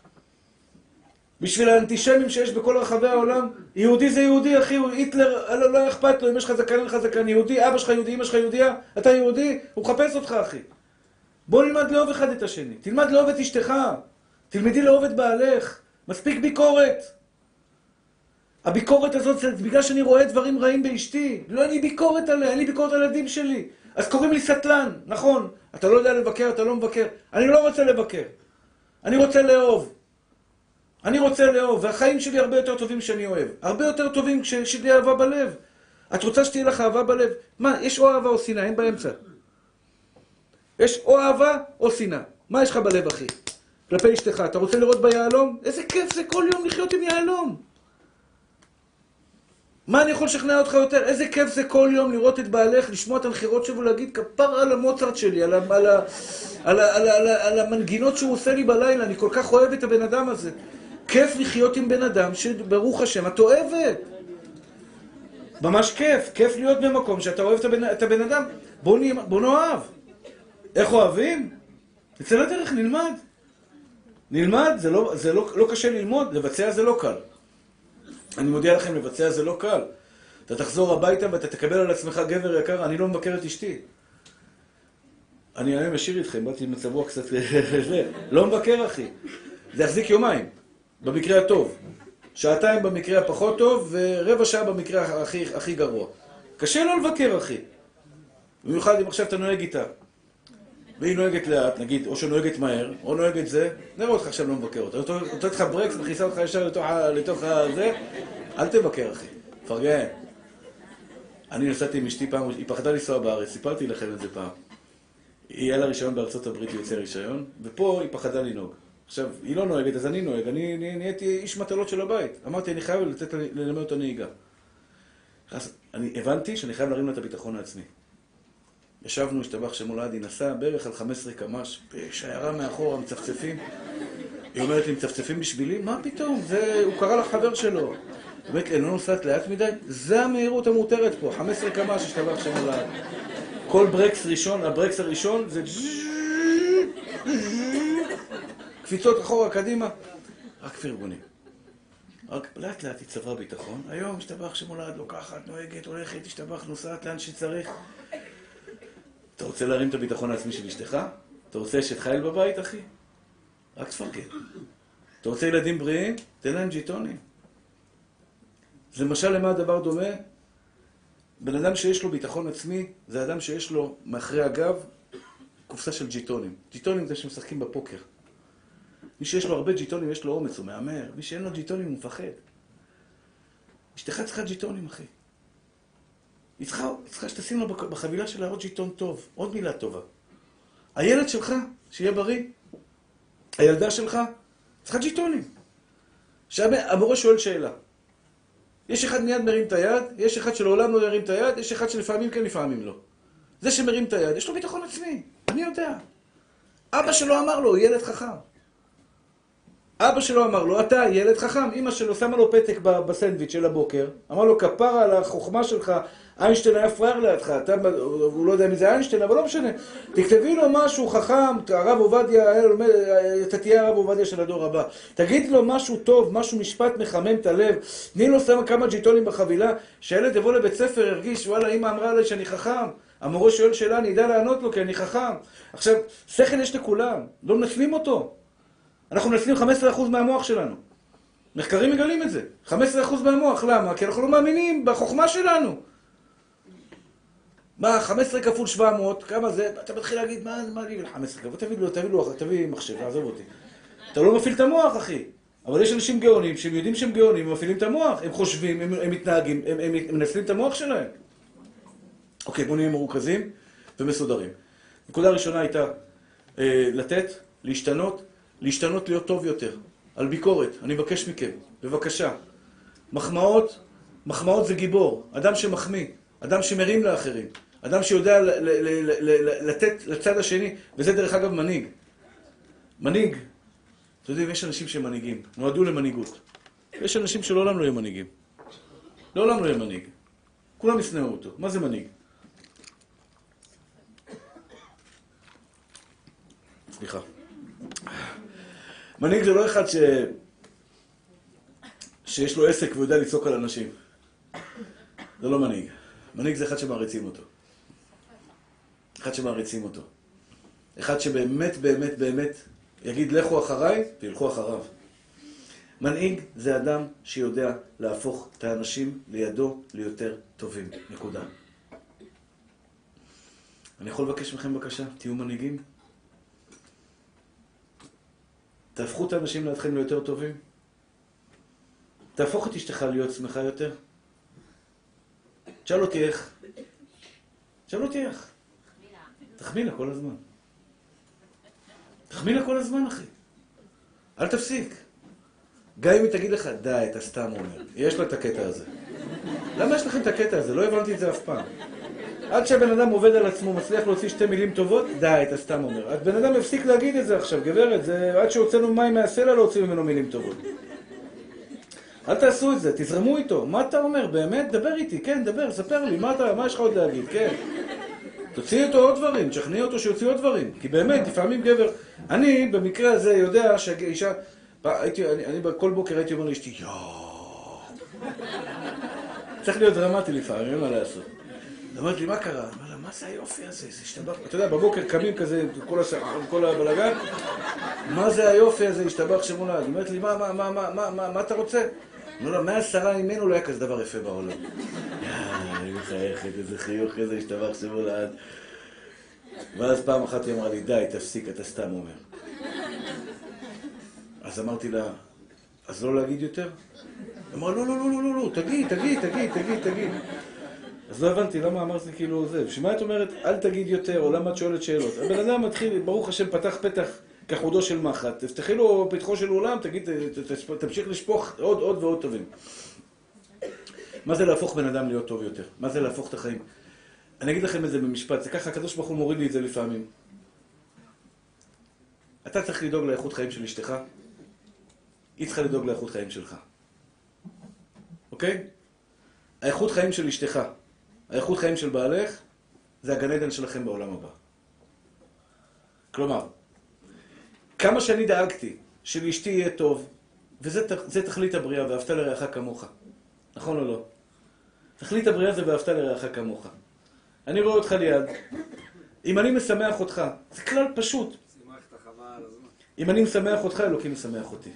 בשביל האנטישמים שיש בכל רחבי העולם, יהודי זה יהודי, אחי, היטלר, לא, לא אכפת לו, אם יש לך זקן, אין לך זקן, יהודי, אבא שלך יהודי, אמא שלך יהודיה, אתה יהודי, הוא מחפש אותך, אחי. בוא נלמד לאהוב אחד את השני, תלמד לאהוב את אשתך, תלמדי לאהוב את בעלך, מספיק ביקורת. הביקורת הזאת זה בגלל שאני רואה דברים רעים באשתי, לא אין לי ביקורת עליה, אין לי ביקורת על הילדים שלי, אז קוראים לי סטלן, נכון, אתה לא יודע לבקר, אתה לא מבקר, אני לא רוצה לבקר, אני רוצה לאהוב. אני רוצה לאהוב, והחיים שלי הרבה יותר טובים שאני אוהב. הרבה יותר טובים כשתהיה אהבה בלב. את רוצה שתהיה לך אהבה בלב? מה, יש או אהבה או שנאה, אין באמצע. יש או אהבה או שנאה. מה יש לך בלב, אחי? כלפי אשתך, אתה רוצה לראות ביהלום? איזה כיף זה כל יום לחיות עם יהלום. מה אני יכול לשכנע אותך יותר? איזה כיף זה כל יום לראות את בעלך, לשמוע את הנחירות שלו ולהגיד כפר על המוצרט שלי, על, על, על, על, על, על, על המנגינות שהוא עושה לי בלילה. אני כל כך אוהב את הבן אדם הזה. כיף לחיות עם בן אדם שברוך השם את אוהבת. ממש כיף. כיף להיות במקום שאתה אוהב את הבן, את הבן אדם. בוא, נהיה, בוא נאהב. איך אוהבים? אצל הדרך נלמד. נלמד, זה, לא, זה לא, לא קשה ללמוד, לבצע זה לא קל. אני מודיע לכם, לבצע זה לא קל. אתה תחזור הביתה ואתה תקבל על עצמך גבר יקר, אני לא מבקר את אשתי. אני היום אשאיר איתכם, באתי עם מצב רוח קצת... לא מבקר, אחי. זה יחזיק יומיים, במקרה הטוב. שעתיים במקרה הפחות טוב, ורבע שעה במקרה הכי, הכי גרוע. קשה לא לבקר, אחי. במיוחד אם עכשיו אתה נוהג איתה. והיא נוהגת לאט, נגיד, או שנוהגת מהר, או נוהגת זה, נראה אותך עכשיו לא מבקר אותה. נותנת לך ברקס, מכניסה אותך ישר לתוך הזה, אל תבקר, אחי. פרגן. אני נסעתי עם אשתי פעם, היא פחדה לנסוע בארץ, סיפרתי לכם את זה פעם. היא היה לה רישיון בארצות הברית, היא יוצא רישיון, ופה היא פחדה לנהוג. עכשיו, היא לא נוהגת, אז אני נוהג, אני נהייתי איש מטלות של הבית. אמרתי, אני חייב לתת ללמד אותה נהיגה. אז אני הבנתי שאני חייב להרים לה את הביטחון העצמי. ישבנו, השתבח שמולד, היא נסעה בערך על חמש עשרה קמ"ש, בשיירה מאחורה, מצפצפים. היא אומרת לי, מצפצפים בשבילי? מה פתאום? זה, הוא קרא לחבר שלו. באמת, לא נוסעת לאט מדי? זה המהירות המותרת פה, חמש עשרה קמ"ש, השתבח שמולד. כל ברקס ראשון, הברקס הראשון זה קפיצות אחורה, קדימה. רק פרגונים. רק לאט לאט היא צברה ביטחון. היום השתבח שמולד, לוקחת, נוהגת, הולכת, השתבח, נוסעת לאן שצריך. אתה רוצה להרים את הביטחון העצמי של אשתך? אתה רוצה אשת חיל בבית, אחי? רק תפרגן. אתה רוצה ילדים בריאים? תן להם ג'יטונים. זה למשל למה הדבר דומה? בן אדם שיש לו ביטחון עצמי, זה אדם שיש לו מאחרי הגב קופסה של ג'יטונים. ג'יטונים זה שמשחקים בפוקר. מי שיש לו הרבה ג'יטונים, יש לו אומץ, הוא מאמר. מי שאין לו ג'יטונים, הוא מפחד. אשתך צריכה ג'יטונים, אחי. היא צריכה, היא צריכה שתשים לה בחבילה שלה עוד ג'יטון טוב, עוד מילה טובה. הילד שלך, שיהיה בריא, הילדה שלך, צריכה ג'יטונים. שהמורה שואל שאלה. יש אחד מיד מרים את היד, יש אחד שלעולם לא ירים את היד, יש אחד שלפעמים כן, לפעמים לא. זה שמרים את היד, יש לו ביטחון עצמי, אני יודע. אבא שלו אמר לו, ילד חכם. אבא שלו אמר לו, אתה ילד חכם. אמא שלו שמה לו פתק בסנדוויץ' של הבוקר, אמר לו, כפרה על החוכמה שלך, איינשטיין היה פראייר לידך, אתה, הוא לא יודע מי זה איינשטיין, אבל לא משנה. תכתבי לו משהו חכם, הרב עובדיה, אתה תהיה הרב עובדיה של הדור הבא. תגיד לו משהו טוב, משהו משפט מחמם את הלב. תני לו שמה כמה ג'יטונים בחבילה, שהילד יבוא לבית ספר, ירגיש, וואלה, אמא אמרה לי שאני חכם. המורה שואל שאלה, אני אדע לענות לו, כי אני חכם. עכשיו, שכל יש לכולם, לא מנצלים אותו. אנחנו מנצלים חמישה עשר אחוז מהמוח שלנו. מחקרים מגלים את זה. חמישה עשר אחוז מהמוח, למה? כי אנחנו לא מאמינים בחוכמה שלנו. מה, חמש עשרה כפול שבע מאות, כמה זה? אתה מתחיל להגיד, מה, מה לי ל-חמש עשרה כפול? תביא לו, תביא לו, תביא מחשב, עזוב אותי. אתה לא מפעיל את המוח, אחי. אבל יש אנשים גאונים, שהם יודעים שהם גאונים, הם מפעילים את המוח, הם חושבים, הם, הם מתנהגים, הם, הם, הם מנצלים את המוח שלהם. אוקיי, בואו נהיה מרוכזים ומסודרים. נקודה הראשונה הייתה אה, לתת, להשתנות, להשתנות להיות טוב יותר. על ביקורת, אני מבקש מכם, בבקשה. מחמאות, מחמאות זה גיבור, אדם שמחמיא, אדם שמרים לאחרים, אדם שיודע ל- ל- ל- ל- ל- לתת לצד השני, וזה דרך אגב מנהיג. מנהיג, אתה יודעים, יש אנשים שמנהיגים, נועדו למנהיגות. יש אנשים שלעולם לא יהיו מנהיגים. לעולם לא יהיה מנהיג. כולם ישנאו אותו. מה זה מנהיג? סליחה. מנהיג זה לא אחד ש... שיש לו עסק ויודע לצעוק על אנשים. זה לא מנהיג. מנהיג זה אחד שמעריצים אותו. אחד שמעריצים אותו. אחד שבאמת, באמת, באמת יגיד לכו אחריי וילכו אחריו. מנהיג זה אדם שיודע להפוך את האנשים לידו ליותר טובים. נקודה. אני יכול לבקש מכם בבקשה, תהיו מנהיגים. תהפכו את האנשים לידכם ליותר טובים. תהפוך את אשתך להיות שמחה יותר. תשאל אותי איך. תשאל אותי איך. תחמיא לה כל הזמן. תחמיא לה כל הזמן, אחי. אל תפסיק. גם אם היא תגיד לך, די, אתה סתם אומר. יש לה את הקטע הזה. למה יש לכם את הקטע הזה? לא הבנתי את זה אף פעם. עד שהבן אדם עובד על עצמו, מצליח להוציא שתי מילים טובות, די, אתה סתם אומר. הבן אדם יפסיק להגיד את זה עכשיו, גברת. זה עד שהוצאנו מים מהסלע להוציא ממנו מילים טובות. אל תעשו את זה, תזרמו איתו. מה אתה אומר? באמת? דבר איתי. כן, דבר, ספר לי. מה אתה, מה יש לך עוד להגיד? כן. תוציא אותו עוד דברים, תשכנעי אותו שיוציא עוד דברים. כי באמת, לפעמים גבר... אני, במקרה הזה, יודע שהאישה... הייתי, אני, אני כל בוקר הייתי אומר לאשתי, יואו. צריך להיות דרמטי לפעמים, אין מה לעשות. אמרתי לי, מה קרה? אמר לה, מה זה היופי הזה? זה השתבח... אתה יודע, בבוקר קמים כזה, כל, הש... כל הבלגן, מה זה היופי הזה, השתבח שמולד? היא אומרת לי, מה, מה, מה, מה, מה, מה, מה אתה רוצה? אמר לה, מהעשרה ממנו לא היה כזה דבר יפה בעולם. יאללה, אני מחייכת, איזה חיוך, איזה השתבח שמולד. ואז פעם אחת היא אמרה לי, די, תפסיק, אתה סתם אומר. אז אמרתי לה, אז לא להגיד יותר? היא אמרה, לא, לא, לא, לא, לא, לא, תגיד, תגיד, תגיד, תגיד, תגיד. אז לא הבנתי, למה אמרתי כאילו זה? בשביל את אומרת, אל תגיד יותר, או למה את שואלת שאלות? הבן אדם מתחיל, ברוך השם, פתח פתח כחודו של מחט, תפתחי לו פתחו של עולם, תגיד, תמשיך לשפוך עוד, עוד ועוד טובים. מה זה להפוך בן אדם להיות טוב יותר? מה זה להפוך את החיים? אני אגיד לכם את זה במשפט, זה ככה, הקדוש ברוך הוא מוריד לי את זה לפעמים. אתה צריך לדאוג לאיכות חיים של אשתך, היא צריכה לדאוג לאיכות חיים שלך. אוקיי? האיכות חיים של אשתך, האיכות חיים של בעלך, זה הגן עדן שלכם בעולם הבא. כלומר, כמה שאני דאגתי שלאשתי יהיה טוב, וזה זה תכלית הבריאה, ואהבת לרעך כמוך. נכון או לא? תכלית הבריאה זה ואהבת לרעך כמוך. אני רואה אותך ליד, אם אני משמח אותך, זה כלל פשוט. אם אני משמח אותך, אלוקים משמח אותי.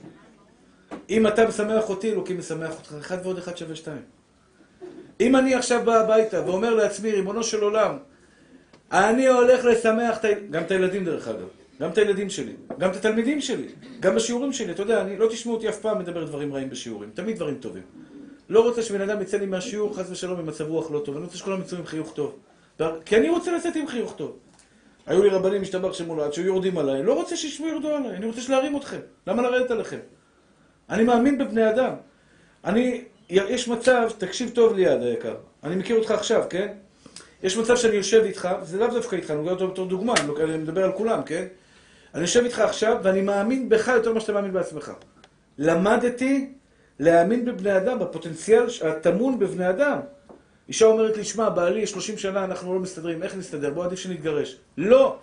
אם אתה משמח אותי, אלוקים משמח אותך. אחד ועוד אחד שווה שתיים. אם אני עכשיו בא הביתה ואומר לעצמי, ריבונו של עולם, אני הולך לשמח גם את הילדים דרך אגב, גם את הילדים שלי, גם את התלמידים שלי, גם בשיעורים שלי. אתה יודע, אני לא תשמעו אותי אף פעם מדבר דברים רעים בשיעורים, תמיד דברים טובים. לא רוצה שבן אדם יצא לי מהשיעור, חס ושלום, עם מצב רוח לא טוב. אני רוצה שכולם יצאו עם חיוך טוב. כי אני רוצה לצאת עם חיוך טוב. היו לי רבנים משתבח שמולד, שהיו יורדים עליי. לא רוצה שישמעו ירדו עליי, אני רוצה להרים אתכם. למה לרדת עליכם? אני מאמין בבני אדם. אני, יש מצב, תקשיב טוב ליד היקר. אני מכיר אותך עכשיו, כן? יש מצב שאני יושב איתך, זה לאו דווקא איתך, אני נוגע אותו בתור דוגמה, אני מדבר על כולם, כן? אני יושב איתך עכשיו, ואני מאמין בך יותר ממה שאתה מאמין בעצמך. למדתי להאמין בבני אדם, בפוטנציאל הטמון בבני אדם. אישה אומרת לי, שמע, בעלי, שלושים שנה אנחנו לא מסתדרים, איך נסתדר? בוא עדיף שנתגרש. לא!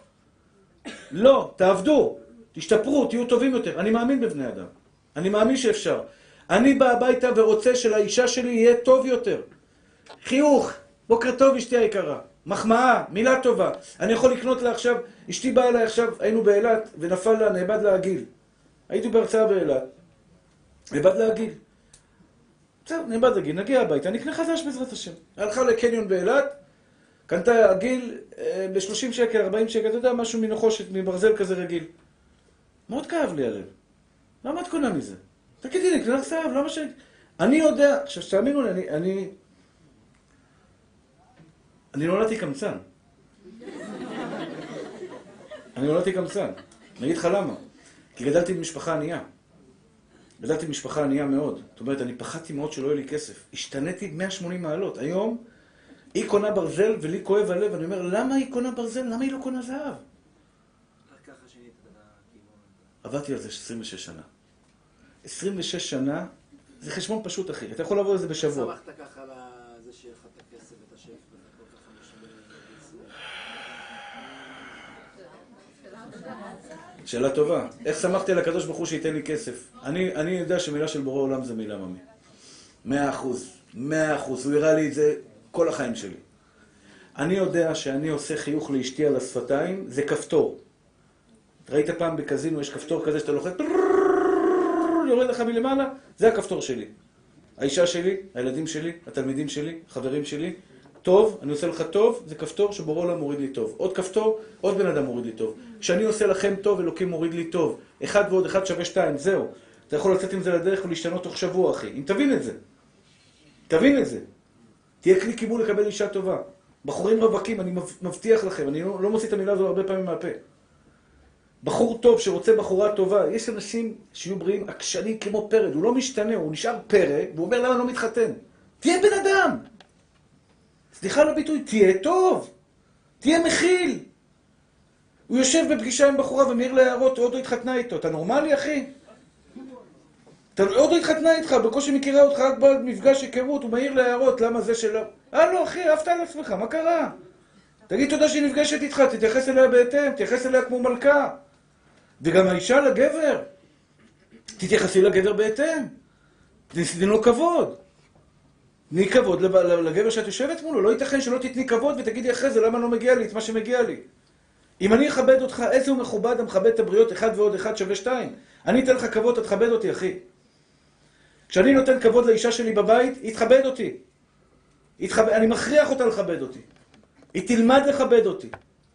לא, תעבדו, תשתפרו, תהיו טובים יותר. אני מאמין בבני אדם. אני מאמין שאפשר. אני בא הביתה ורוצה שלאישה שלי יהיה טוב יותר. חיוך, בוקר טוב אשתי היקרה. מחמאה, מילה טובה. אני יכול לקנות לה עכשיו, אשתי באה אליי עכשיו, היינו באילת ונפל לה, נאבד לה הגיל. הייתי בהרצאה באילת. נאבד לה הגיל. בסדר, נאבד הגיל, נגיע הביתה, נקנה חדש בעזרת השם. הלכה לקניון באילת, קנתה הגיל ב-שלושים שקל, ארבעים שקל, אתה יודע, משהו מנחושת, מברזל כזה רגיל. מאוד כאב לי הלב. למה את קונה מזה? תגידי לי, קנה לך סעב, למה ש... אני יודע, עכשיו שתאמינו לי, אני... אני, אני נולדתי קמצן. אני נולדתי קמצן. אני אגיד לך למה. כי גדלתי במשפחה ענייה. גדלתי במשפחה ענייה מאוד. זאת אומרת, אני פחדתי מאוד שלא יהיה לי כסף. השתניתי מאה ושמונים מעלות. היום, היא קונה ברזל ולי כואב הלב. אני אומר, למה היא קונה ברזל? למה היא לא קונה זהב? רק ככה שינית את הכיוון. עבדתי על זה עשרים ושש שנה. עשרים ושש שנה, זה חשבון פשוט, אחי. אתה יכול לעבור על זה בשבוע. שמחת ככה על זה שיהיה לך את הכסף ואת השף וכל כך חמישים בישראל. שאלה טובה. איך שמחתי על הקדוש ברוך הוא שייתן לי כסף? אני, אני יודע שמילה של בורא עולם זה מילה ממי. מאה אחוז. מאה אחוז. הוא הראה לי את זה כל החיים שלי. אני יודע שאני עושה חיוך לאשתי על השפתיים, זה כפתור. ראית פעם בקזינו, יש כפתור כזה שאתה לוחץ, יורד לך מלמעלה, זה הכפתור שלי. האישה שלי, הילדים שלי, התלמידים שלי, חברים שלי, טוב, אני עושה לך טוב, זה כפתור שבורא עולם מוריד לי טוב. עוד כפתור, עוד בן אדם מוריד לי טוב. כשאני עושה לכם טוב, אלוקים מוריד לי טוב. אחד ועוד אחד שווה שתיים, זהו. אתה יכול לצאת עם זה לדרך ולהשתנות תוך שבוע, אחי. אם תבין את זה. תבין את זה. תהיה כלי קיבול לקבל אישה טובה. בחורים רווקים, אני מבטיח לכם, אני לא, לא מוציא את המילה הזו הרבה פעמים מהפה. בחור טוב שרוצה בחורה טובה, יש אנשים שיהיו בריאים עקשנים כמו פרד, הוא לא משתנה, הוא נשאר פרא, והוא אומר למה לא מתחתן? תהיה בן אדם! סליחה על הביטוי, תהיה טוב! תהיה מכיל! הוא יושב בפגישה עם בחורה ומעיר להערות, עוד לא התחתנה איתו, אתה נורמלי אחי? אתה עוד לא התחתנה איתך, בקושי מכירה אותך רק במפגש היכרות, הוא מעיר להערות, למה זה שלא? אה לא אחי, אהבת על עצמך, מה קרה? תגיד תודה שהיא נפגשת איתך, תתייחס אליה בהתאם, תתייחס אליה כמו מלכה. וגם האישה לגבר, תתייחסי לגבר בהתאם. תתני לו כבוד. תני כבוד לגבר שאת יושבת מולו. לא ייתכן שלא תתני כבוד ותגידי אחרי זה למה לא מגיע לי את מה שמגיע לי. אם אני אכבד אותך, איזה הוא מכובד המכבד את הבריות, אחד ועוד אחד שווה שתיים. אני אתן לך כבוד, אתה תכבד אותי אחי. כשאני נותן כבוד לאישה שלי בבית, היא תכבד אותי. היא תכבד, אני מכריח אותה לכבד אותי. היא תלמד לכבד אותי.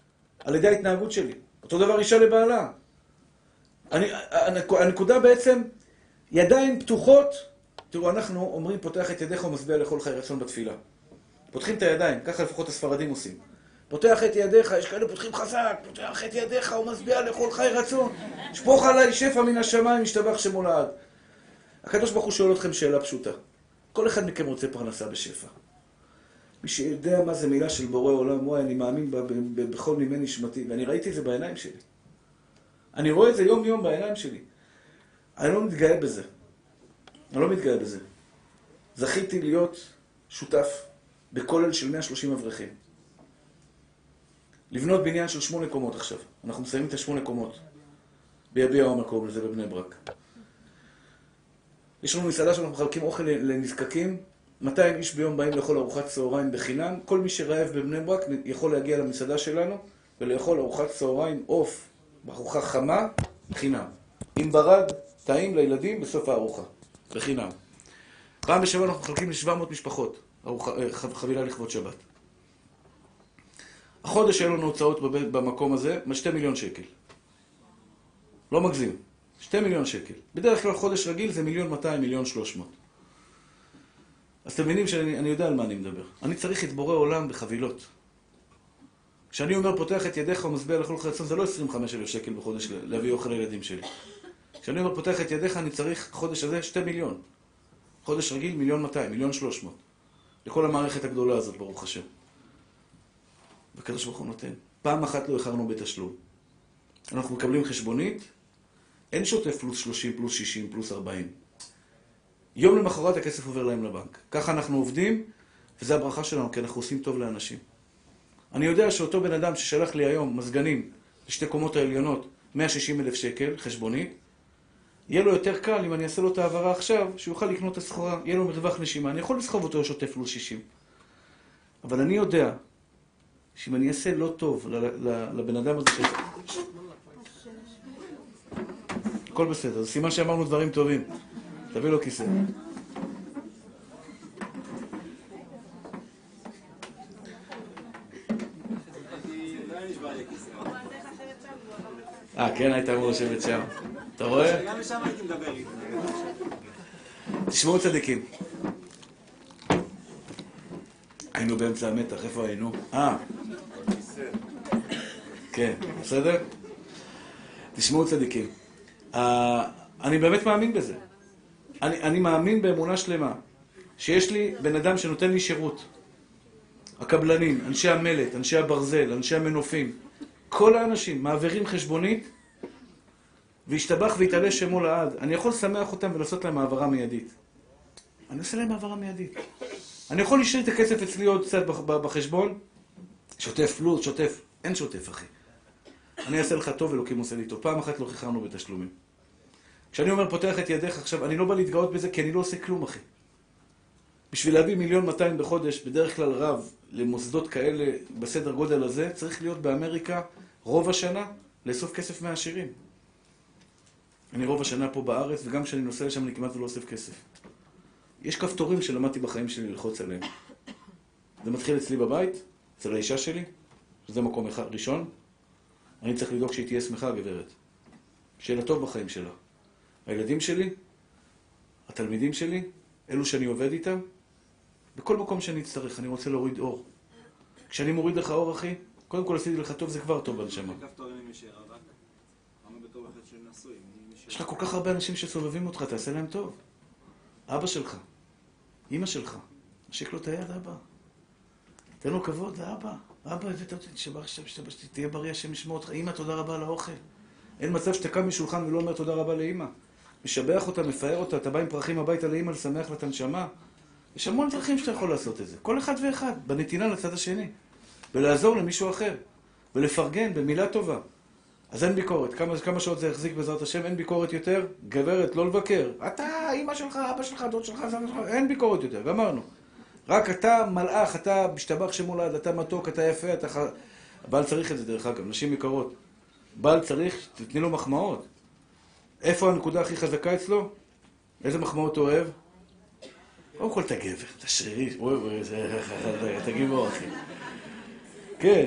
על ידי ההתנהגות שלי. אותו דבר אישה לבעלה. אני, הנקודה בעצם, ידיים פתוחות, תראו, אנחנו אומרים, פותח את ידיך ומשביע לכל חי רצון בתפילה. פותחים את הידיים, ככה לפחות הספרדים עושים. פותח את ידיך, יש כאלה פותחים חזק, פותח את ידיך ומשביע לכל חי רצון. שפוך עליי שפע מן השמיים, ישתבח שמו לעד. הקדוש ברוך הוא שואל אתכם שאלה פשוטה. כל אחד מכם רוצה פרנסה בשפע. מי שיודע מה זה מילה של בורא עולם, וואי, אני מאמין בה בכל נימי נשמתי, ואני ראיתי את זה בעיניים שלי. אני רואה את זה יום יום בעיניים שלי. אני לא מתגאה בזה. אני לא מתגאה בזה. זכיתי להיות שותף בכולל של מאה ושלושים אברכים. לבנות בניין של שמונה קומות עכשיו. אנחנו מסיימים את השמונה קומות. ביביע עומר קוראים לזה בבני ברק. יש לנו מסעדה שאנחנו מחלקים אוכל לנזקקים. מאתיים איש ביום באים לאכול ארוחת צהריים בחינם. כל מי שרעב בבני ברק יכול להגיע למסעדה שלנו ולאכול ארוחת צהריים עוף בארוחה חמה בחינם. עם ברד, טעים לילדים בסוף הארוחה. בחינם. פעם בשבוע אנחנו מחלקים ל-שבע מאות משפחות ארוחה, חבילה לכבוד שבת. החודש היה לנו הוצאות במקום הזה, שתי מיליון שקל. לא מגזים. שתי מיליון שקל. בדרך כלל חודש רגיל זה מיליון מאתיים, מיליון שלוש מאות. אז אתם מבינים שאני אני יודע על מה אני מדבר. אני צריך את בורא עולם בחבילות. כשאני אומר פותח את ידיך ומשביע לכל חי רצון, זה לא עשרים וחמישה אלף שקל בחודש להביא אוכל לילדים שלי. כשאני אומר פותח את ידיך, אני צריך חודש הזה שתי מיליון. חודש רגיל מיליון מאתיים, מיליון שלוש מאות. לכל המערכת הגדולה הזאת, ברוך השם. והקדוש ברוך הוא נותן. פעם אחת לא איחרנו בתשלום. אנחנו מקבלים חשבונית, אין שוטף פלוס שלושים, פלוס שישים, פלוס ארבעים. יום למחרת הכסף עובר להם לבנק. ככה אנחנו עובדים, וזו הברכה שלנו, כי אנחנו עושים טוב לאנשים. אני יודע שאותו בן אדם ששלח לי היום מזגנים לשתי קומות העליונות, מאה ושישים אלף שקל, חשבונית, יהיה לו יותר קל אם אני אעשה לו את העברה עכשיו, שיוכל לקנות את הסחורה, יהיה לו מרווח נשימה. אני יכול לסחוב אותו שוטף פלוס שישים. אבל אני יודע שאם אני אעשה לא טוב לבן אדם הזה ש... הכל בסדר, זה סימן שאמרנו דברים טובים. תביא לו כיסא. אה, כן, היית אמור לשבת שם. אתה רואה? גם לשם הייתי מדבר איתו. תשמעו צדיקים. היינו באמצע המתח, איפה היינו? אה. כן, בסדר? תשמעו צדיקים. אני באמת מאמין בזה. אני, אני מאמין באמונה שלמה, שיש לי בן אדם שנותן לי שירות. הקבלנים, אנשי המלט, אנשי הברזל, אנשי המנופים, כל האנשים מעבירים חשבונית, וישתבח ויתעלה שמו לעד. אני יכול לשמח אותם ולעשות להם העברה מיידית. אני עושה להם העברה מיידית. אני יכול להשאיר את הכסף אצלי עוד קצת בחשבון, שוטף פלוס, שוטף, אין שוטף אחי. אני אעשה לך טוב ולוקים עושה לי טוב. פעם אחת לא חיכרנו בתשלומים. כשאני אומר פותח את ידיך עכשיו, אני לא בא להתגאות בזה כי אני לא עושה כלום אחי. בשביל להביא מיליון מאתיים בחודש, בדרך כלל רב, למוסדות כאלה בסדר גודל הזה, צריך להיות באמריקה רוב השנה לאסוף כסף מהעשירים. אני רוב השנה פה בארץ, וגם כשאני נוסע לשם אני כמעט ולא אוסף כסף. יש כפתורים שלמדתי בחיים שלי ללחוץ עליהם. זה מתחיל אצלי בבית, אצל האישה שלי, שזה מקום אחד ראשון. אני צריך לדאוג שהיא תהיה שמחה, הגברת. שיהיה לה טוב בחיים שלה. הילדים שלי, התלמידים שלי, אלו שאני עובד איתם, בכל מקום שאני אצטרך, אני רוצה להוריד אור. כשאני מוריד לך אור, אחי, קודם כל עשיתי לך טוב, זה כבר טוב בנשמה. כפתורים עם ישיר, רק למה בתור אחד שנשוי? יש לך כל כך הרבה אנשים שסובבים אותך, תעשה להם טוב. אבא שלך, אמא שלך, נשיק לו את היד, אבא. תן לו כבוד, לאבא. אבא, תהיה בריא, השם ישמור אותך. אמא, תודה רבה על האוכל. אין מצב שאתה קם משולחן ולא אומר תודה רבה לאמא. משבח אותה, מפאר אותה, אתה בא עם פרחים הביתה לאמא לשמח לה את הנשמה. יש המון דרכים שאתה יכול לעשות את זה. כל אחד ואחד, בנתינה לצד השני. ולעזור למישהו אחר. ולפרגן במילה טובה. אז אין ביקורת. כמה, כמה שעות זה יחזיק בעזרת השם, אין ביקורת יותר. גברת, לא לבקר. אתה, אמא שלך, אבא שלך, דוד שלך, זמן שלך. אין ביקורת יותר, גמרנו. רק אתה מלאך, אתה משתבח שמולד, אתה מתוק, אתה יפה, אתה ח... הבעל צריך את זה דרך אגב, נשים יקרות. בעל צריך, תתני לו מחמאות. איפה הנקודה הכי חזקה אצלו? איזה מחמאות הוא אוהב? קודם כל אתה גבר, אתה שרירי, אתה גיבור אחי. כן,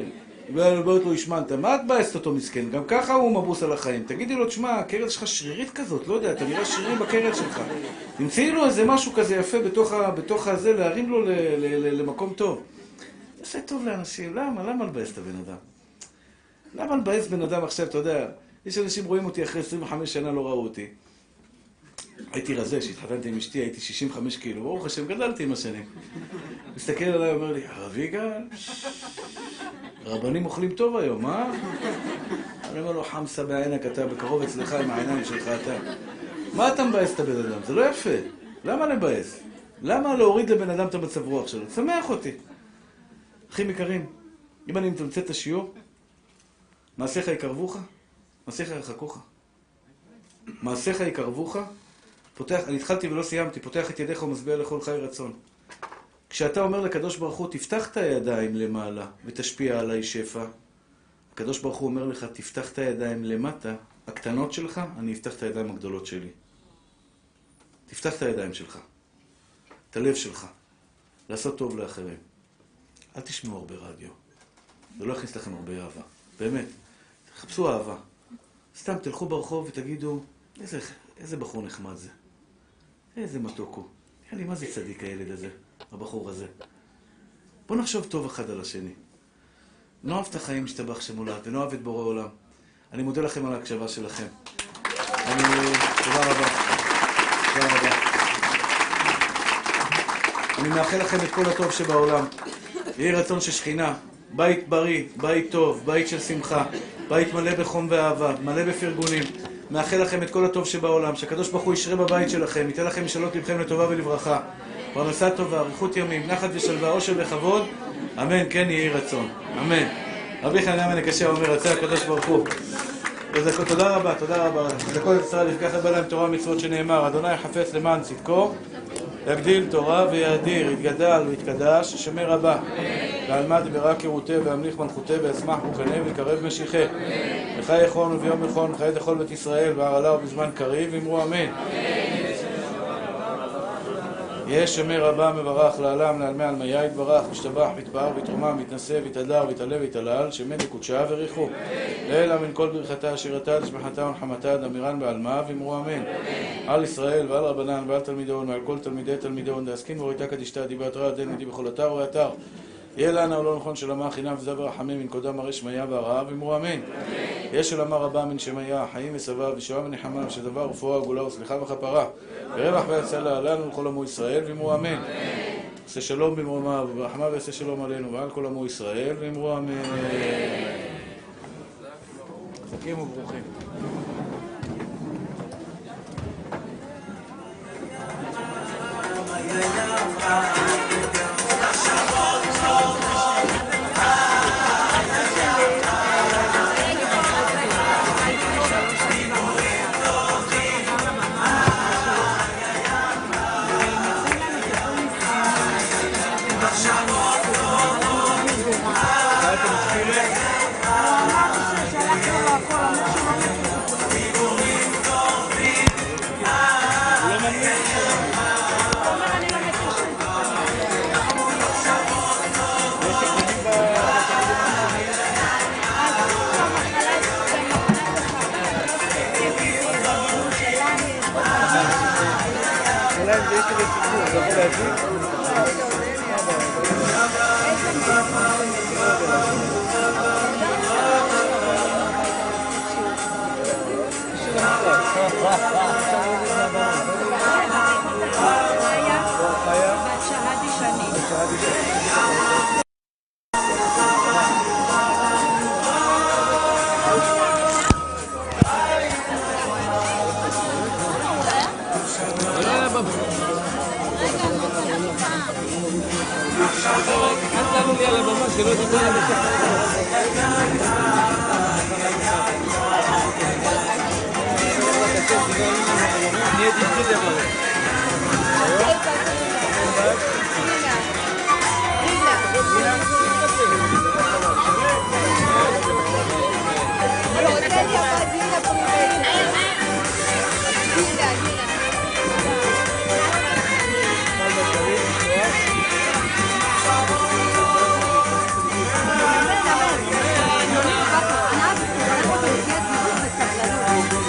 ובאות לו השמנת, מה את בעסת אותו מסכן? גם ככה הוא מבוס על החיים. תגידי לו, תשמע, הקרן שלך שרירית כזאת, לא יודע, אתה נראה שרירי בקרן שלך. תמצאי לו איזה משהו כזה יפה בתוך, בתוך הזה, להרים לו ל, ל, ל, למקום טוב. זה עושה טוב לאנשים, למה? למה לבאס את הבן אדם? למה לבאס בן אדם עכשיו, אתה יודע, יש אנשים רואים אותי אחרי עשרים וחמש שנה לא ראו אותי. הייתי רזה, שהתחתנתי עם אשתי, הייתי שישים וחמש קילו, ברוך השם, גדלתי עם השנים. מסתכל עליי, אומר לי, הרב יגאל, רבנים אוכלים טוב היום, אה? אני אומר לו, חמסה בעינק, אתה בקרוב אצלך עם העיניים שלך, אתה. מה אתה מבאס את הבן אדם? זה לא יפה. למה לבאס? למה להוריד לבן אדם את המצב רוח שלו? תשמח אותי. אחים יקרים, אם אני מתמצת את השיעור, מעשיך יקרבוך, מעשיך ירחקוך. מעשיך יקרבוך, פותח, אני התחלתי ולא סיימתי, פותח את ידיך ומשביע לכל חי רצון. כשאתה אומר לקדוש ברוך הוא, תפתח את הידיים למעלה ותשפיע עליי שפע, הקדוש ברוך הוא אומר לך, תפתח את הידיים למטה, הקטנות שלך, אני אפתח את הידיים הגדולות שלי. תפתח את הידיים שלך, את הלב שלך, לעשות טוב לאחרים. אל תשמעו הרבה רדיו, זה לא יכניס לכם הרבה אהבה, באמת. תחפשו אהבה. סתם תלכו ברחוב ותגידו, איזה, איזה בחור נחמד זה, איזה מתוק הוא. יאללה, מה זה צדיק הילד הזה, הבחור הזה? בוא נחשוב טוב אחד על השני. נאהב את החיים משתבח שמולד, ונאהב את בורא עולם. אני מודה לכם על ההקשבה שלכם. אני... תודה רבה. תודה רבה. אני מאחל לכם את כל הטוב שבעולם. יהי רצון ששכינה, בית בריא, בית טוב, בית של שמחה, בית מלא בחום ואהבה, מלא בפרגונים. מאחל לכם את כל הטוב שבעולם, שהקדוש ברוך הוא ישרה בבית שלכם, ייתן לכם משאלות לבכם לטובה ולברכה. פרנסה טובה, אריכות ימים, נחת ושלווה, עושר וכבוד. אמן, כן יהי רצון. אמן. רבי חנניה בן עקשיא אומר, רצה הקדוש ברוך הוא. תודה רבה, תודה רבה. לכל ישראל יפקח בא להם תורה ומצוות שנאמר, אדוני חפץ למען צדקו, יגדיל תורה ויאדיר, יתגדל ויתקדש, שמר רבה. ועלמד ברק ירותה והמליך מלכותה וישמח וקנה ויקרב משיחה. וחי יכון וביום יכון וחיי תכל בית ישראל והרעלה ובזמן קריב, אמרו אמן. יש שמר רבה מברך לעלם לעלמי עלמיה יתברך ושתבח ויתפאר ויתרומם ויתנשא ויתהדר ויתעלה ויתהלל שמן וקודשה וריחו לאלה מן כל ברכתה שירתה לשמחתה ונחמתה דמירן בעלמה ואמרו אמן. על ישראל ועל רבנן ועל תלמידון ועל כל תלמידי תלמידון דעסקין וראיתה קדישתה דיבת רע דין ודי בכל אתר ואתר יהיה לנו לא נכון של עמה חינם וזב ורחמים מן קודם הרי שמיה והרעב ואמרו אמן. יש של עמה רבה מן שמיה חיים וסבב ושועה ונחמה ושדבר ורפואה וגאולה וסליחה וכפרה ורווח והצלה לנו לכל עמו ישראל ואמרו אמן. עשה שלום במרומיו ורחמה ועשה שלום עלינו ועל כל עמו ישראל ואמרו אמן. חזקים וברוכים.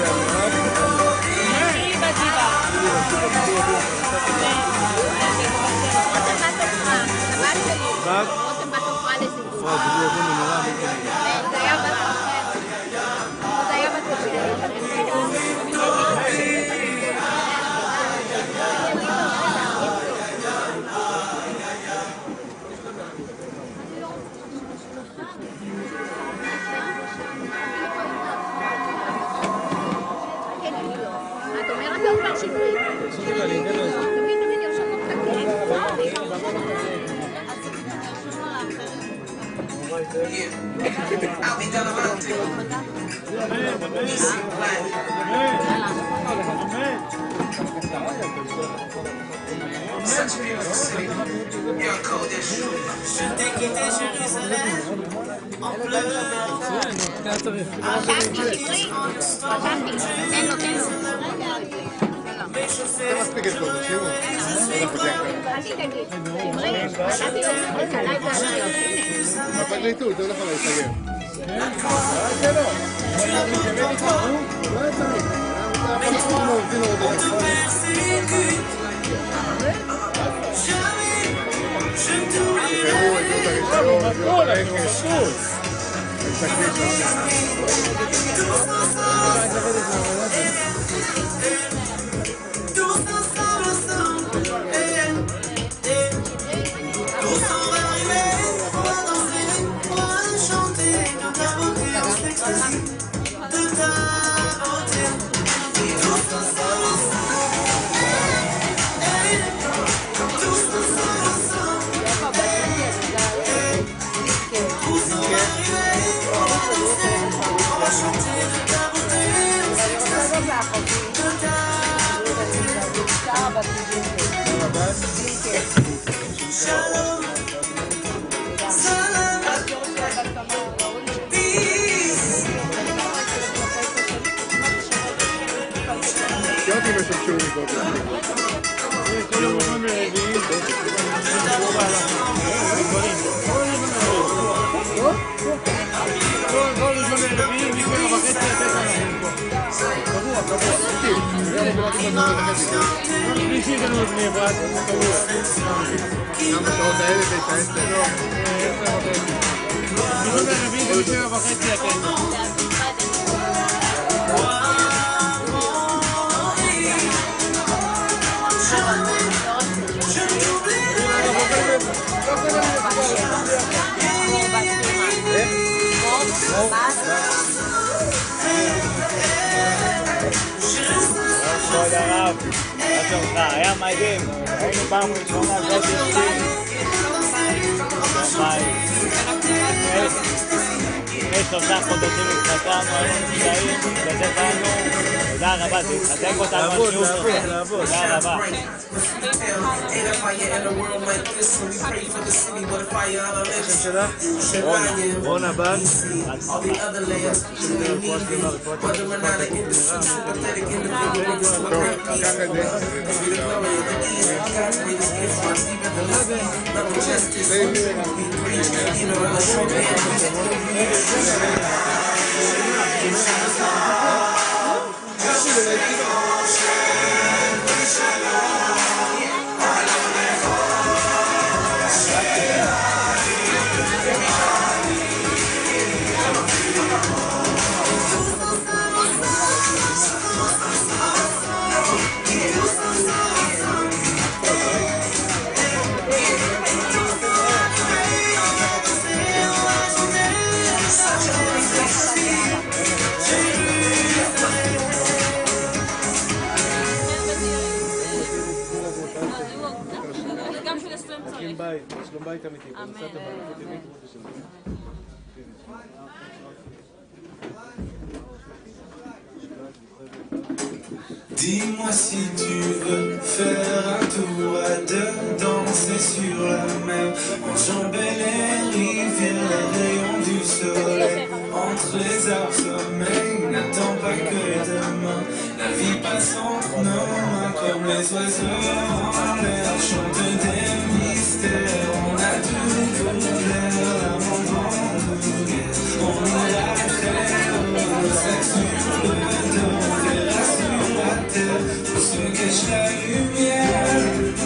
הפרקליטות, זה לא יכול להיסגר. זה לא. לא צריך. אנחנו לא עובדים עוד כבוד הרב, מה שלומך? היה מדהים, היינו פעם ראשונה בית אשתי. לפני שלושה חודשים התחתנו, היינו נשאים, וזה באנו. תודה רבה, תתחזק אותנו על שוב. תודה רבה. השם שלך? רונה בת. טוב, קח את שלום בית אמיתי. Dis-moi si tu veux faire un tour à deux, danser sur la mer, enjamber les rivières, les rayons du soleil, entre les arbres sommeil, n'attends pas que demain, la vie passe entre nos mains comme les oiseaux en l'air, chante des mystères, on a tout découvert, l'amour en nous guère, on ira très haut, sexe sur le dos. où se cache la lumière.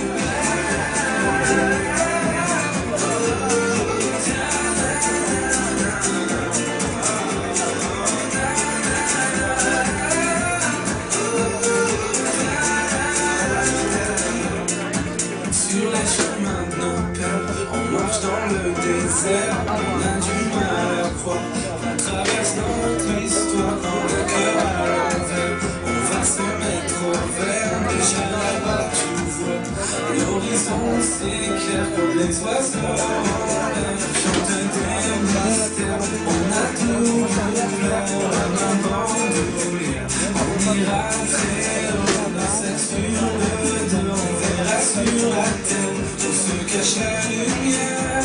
Sur les chemins de nos pères, on marche dans le désert, on a du mal à croire. On traverse notre histoire dans le cœur à l'envers. On va se mettre au vert, déjà là-bas tu vois. L'horizon s'éclaire comme les oiseaux en l'air. Chante des mystères, on a tout plein comme un bandoulière. On ira très haut, nos sexe sur le dos. On verra sur la terre où se cache la lumière.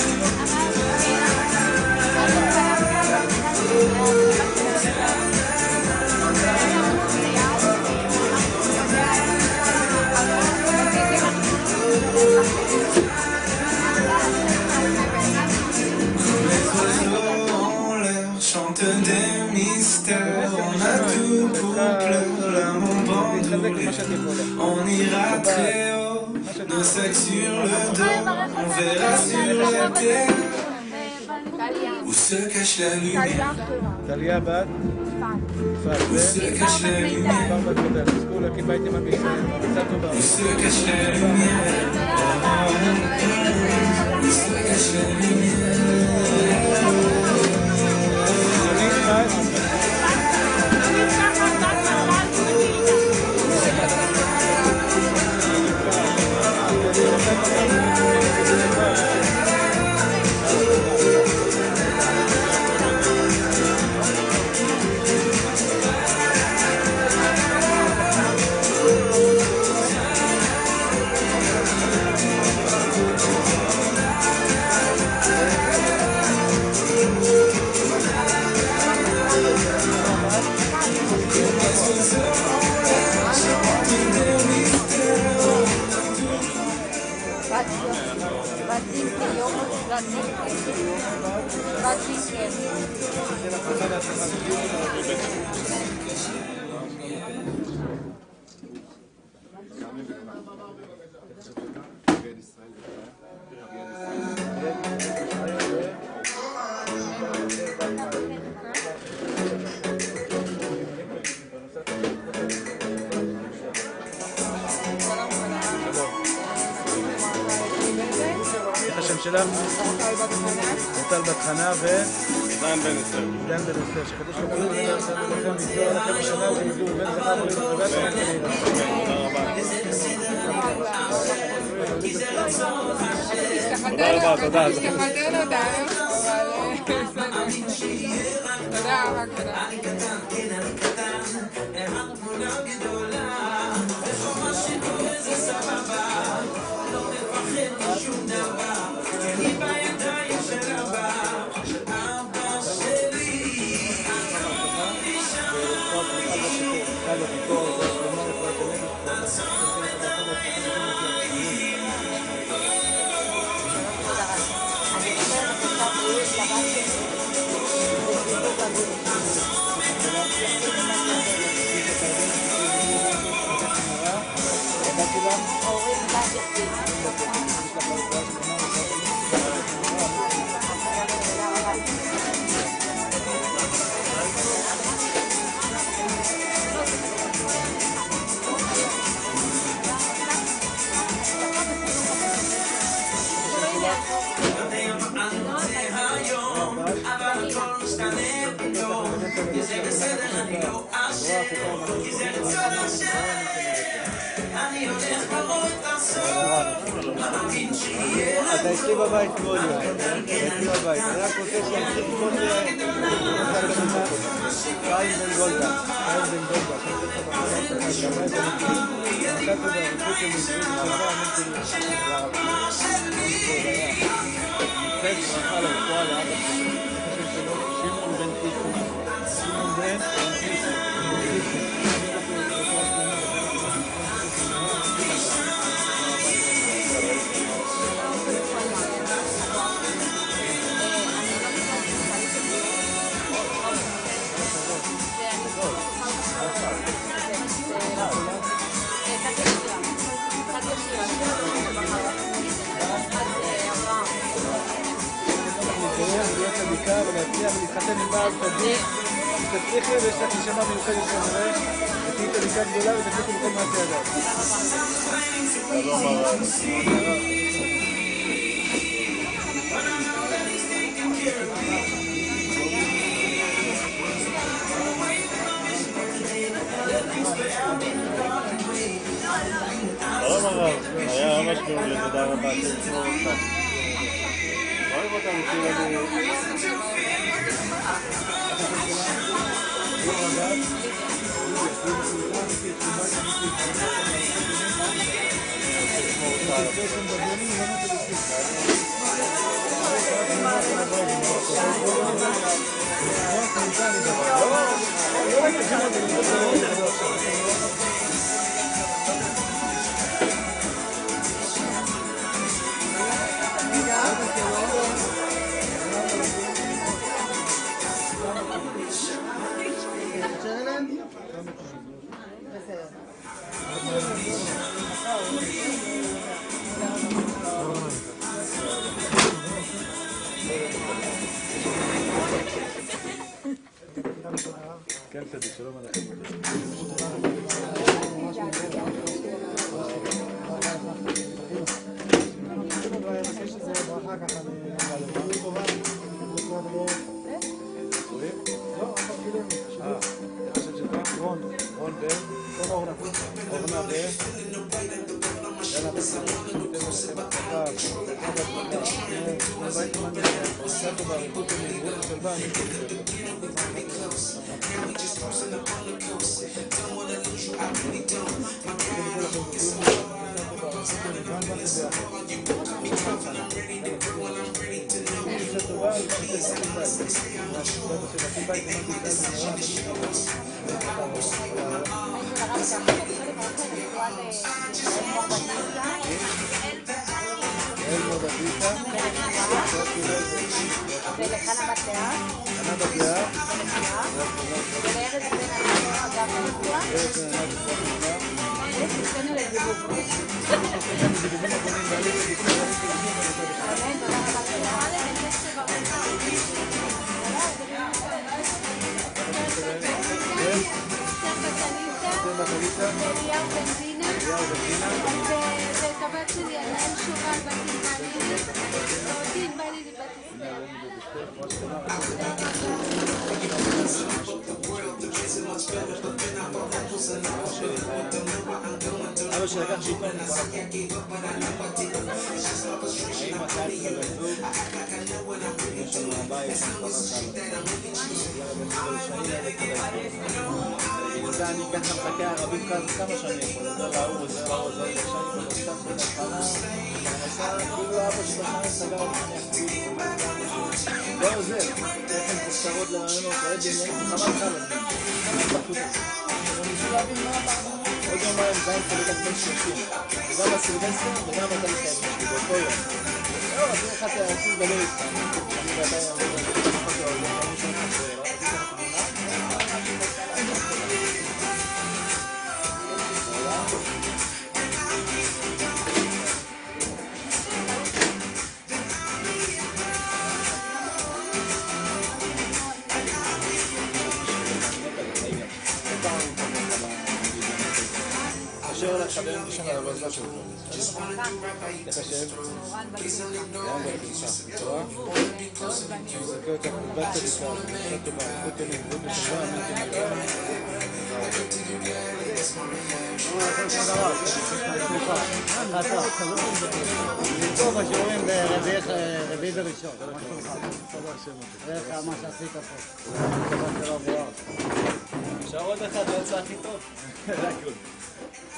Chante des mystères, on a tout pour pleurer, là mon bandoulier. On ira très haut, nos sacs sur le dos, on verra sur la terre où se cache la lumière. טליה בת? Où se cache la lumière. תזכו להקים בית עם הביצה טובה. Où se cache la lumière. Où se cache la lumière. השם שלך? נטל בת חנה ו... דן בן אסתר. דן בן אסתר, שקדוש ברוך הוא יעשה לכם ויגדור לכם בשנה ויגדור בן זכר ובן חגה שלכם כנראה. תודה רבה. תודה רבה, תודה. תחתן אותנו, תודה רבה, תודה. אתה אצלי בבית כל יום, אצלי בבית, אני רק רוצה שימשיך כל זה חיים בן גולדה, חיים בן גולדה, שמעון בן טיפו, שמעון בן טיפו. שאני בא על תדליק, תצליחי ויש לך נשמה מיוחדת כנראה, ותהיי תדליקה גדולה ותצליחי בכל מעשי הדת. שלום הרב, היה ממש מעולה, תודה רבה, תשמעו אותך. אוהב אותנו, כאילו כן, תדי, שלום עליכם. רון, רון בר, רון אורנה, אורנה בר. יאללה, בסדר, ניתן לכם הצלחה, שני בית מנהל, עושה טובה, ריחות ומהירות ושלווה, אני חושב. ולחנה בתלאה, חנה בתלאה, ולארז בן אדם אגב הרפואה, ותתנו לזיווג. אמן, תודה רבה אליהו בן דינה, ואת הבת שלי עליהם שובל בתלמדים, ואותי בא לי לבת אבא שלקח שאיתו האם אתה אצל הזוג? יש לנו הבית, בגלל אני ככה מחכה ערבית כמה שאני יכול, זה ראו, זה ראו, זה ראו, זה ראו, כאילו אבא שבשנה סגר את אני לא עוזר, לכן פסקרות לרעיונות, רעי בניינים, חבל חבל אני ניסו להבין מה הבא עוד יום מה הם זיים חלק על בן שלושים וגם הסילבסטר וגם אתה לחיים שלי באותו יום לא, אז איך אתה עושים לדבר איתך אני ואתה יעבור את העולם אני שם את זה, רציתי לך תמונה קשר לך בין ראשון על הבזלה שלך איך השם? מורן בלוחה מורן בלוחה בצורה? אני זכה אותך בבת צדיקה, בבת טובה, איכות ימים, איכות בשלווה, אמן טוב, מה שאומרים ברביעי וראשון. איך מה שעשית פה. אפשר עוד אחד, לא יצא הכי טוב.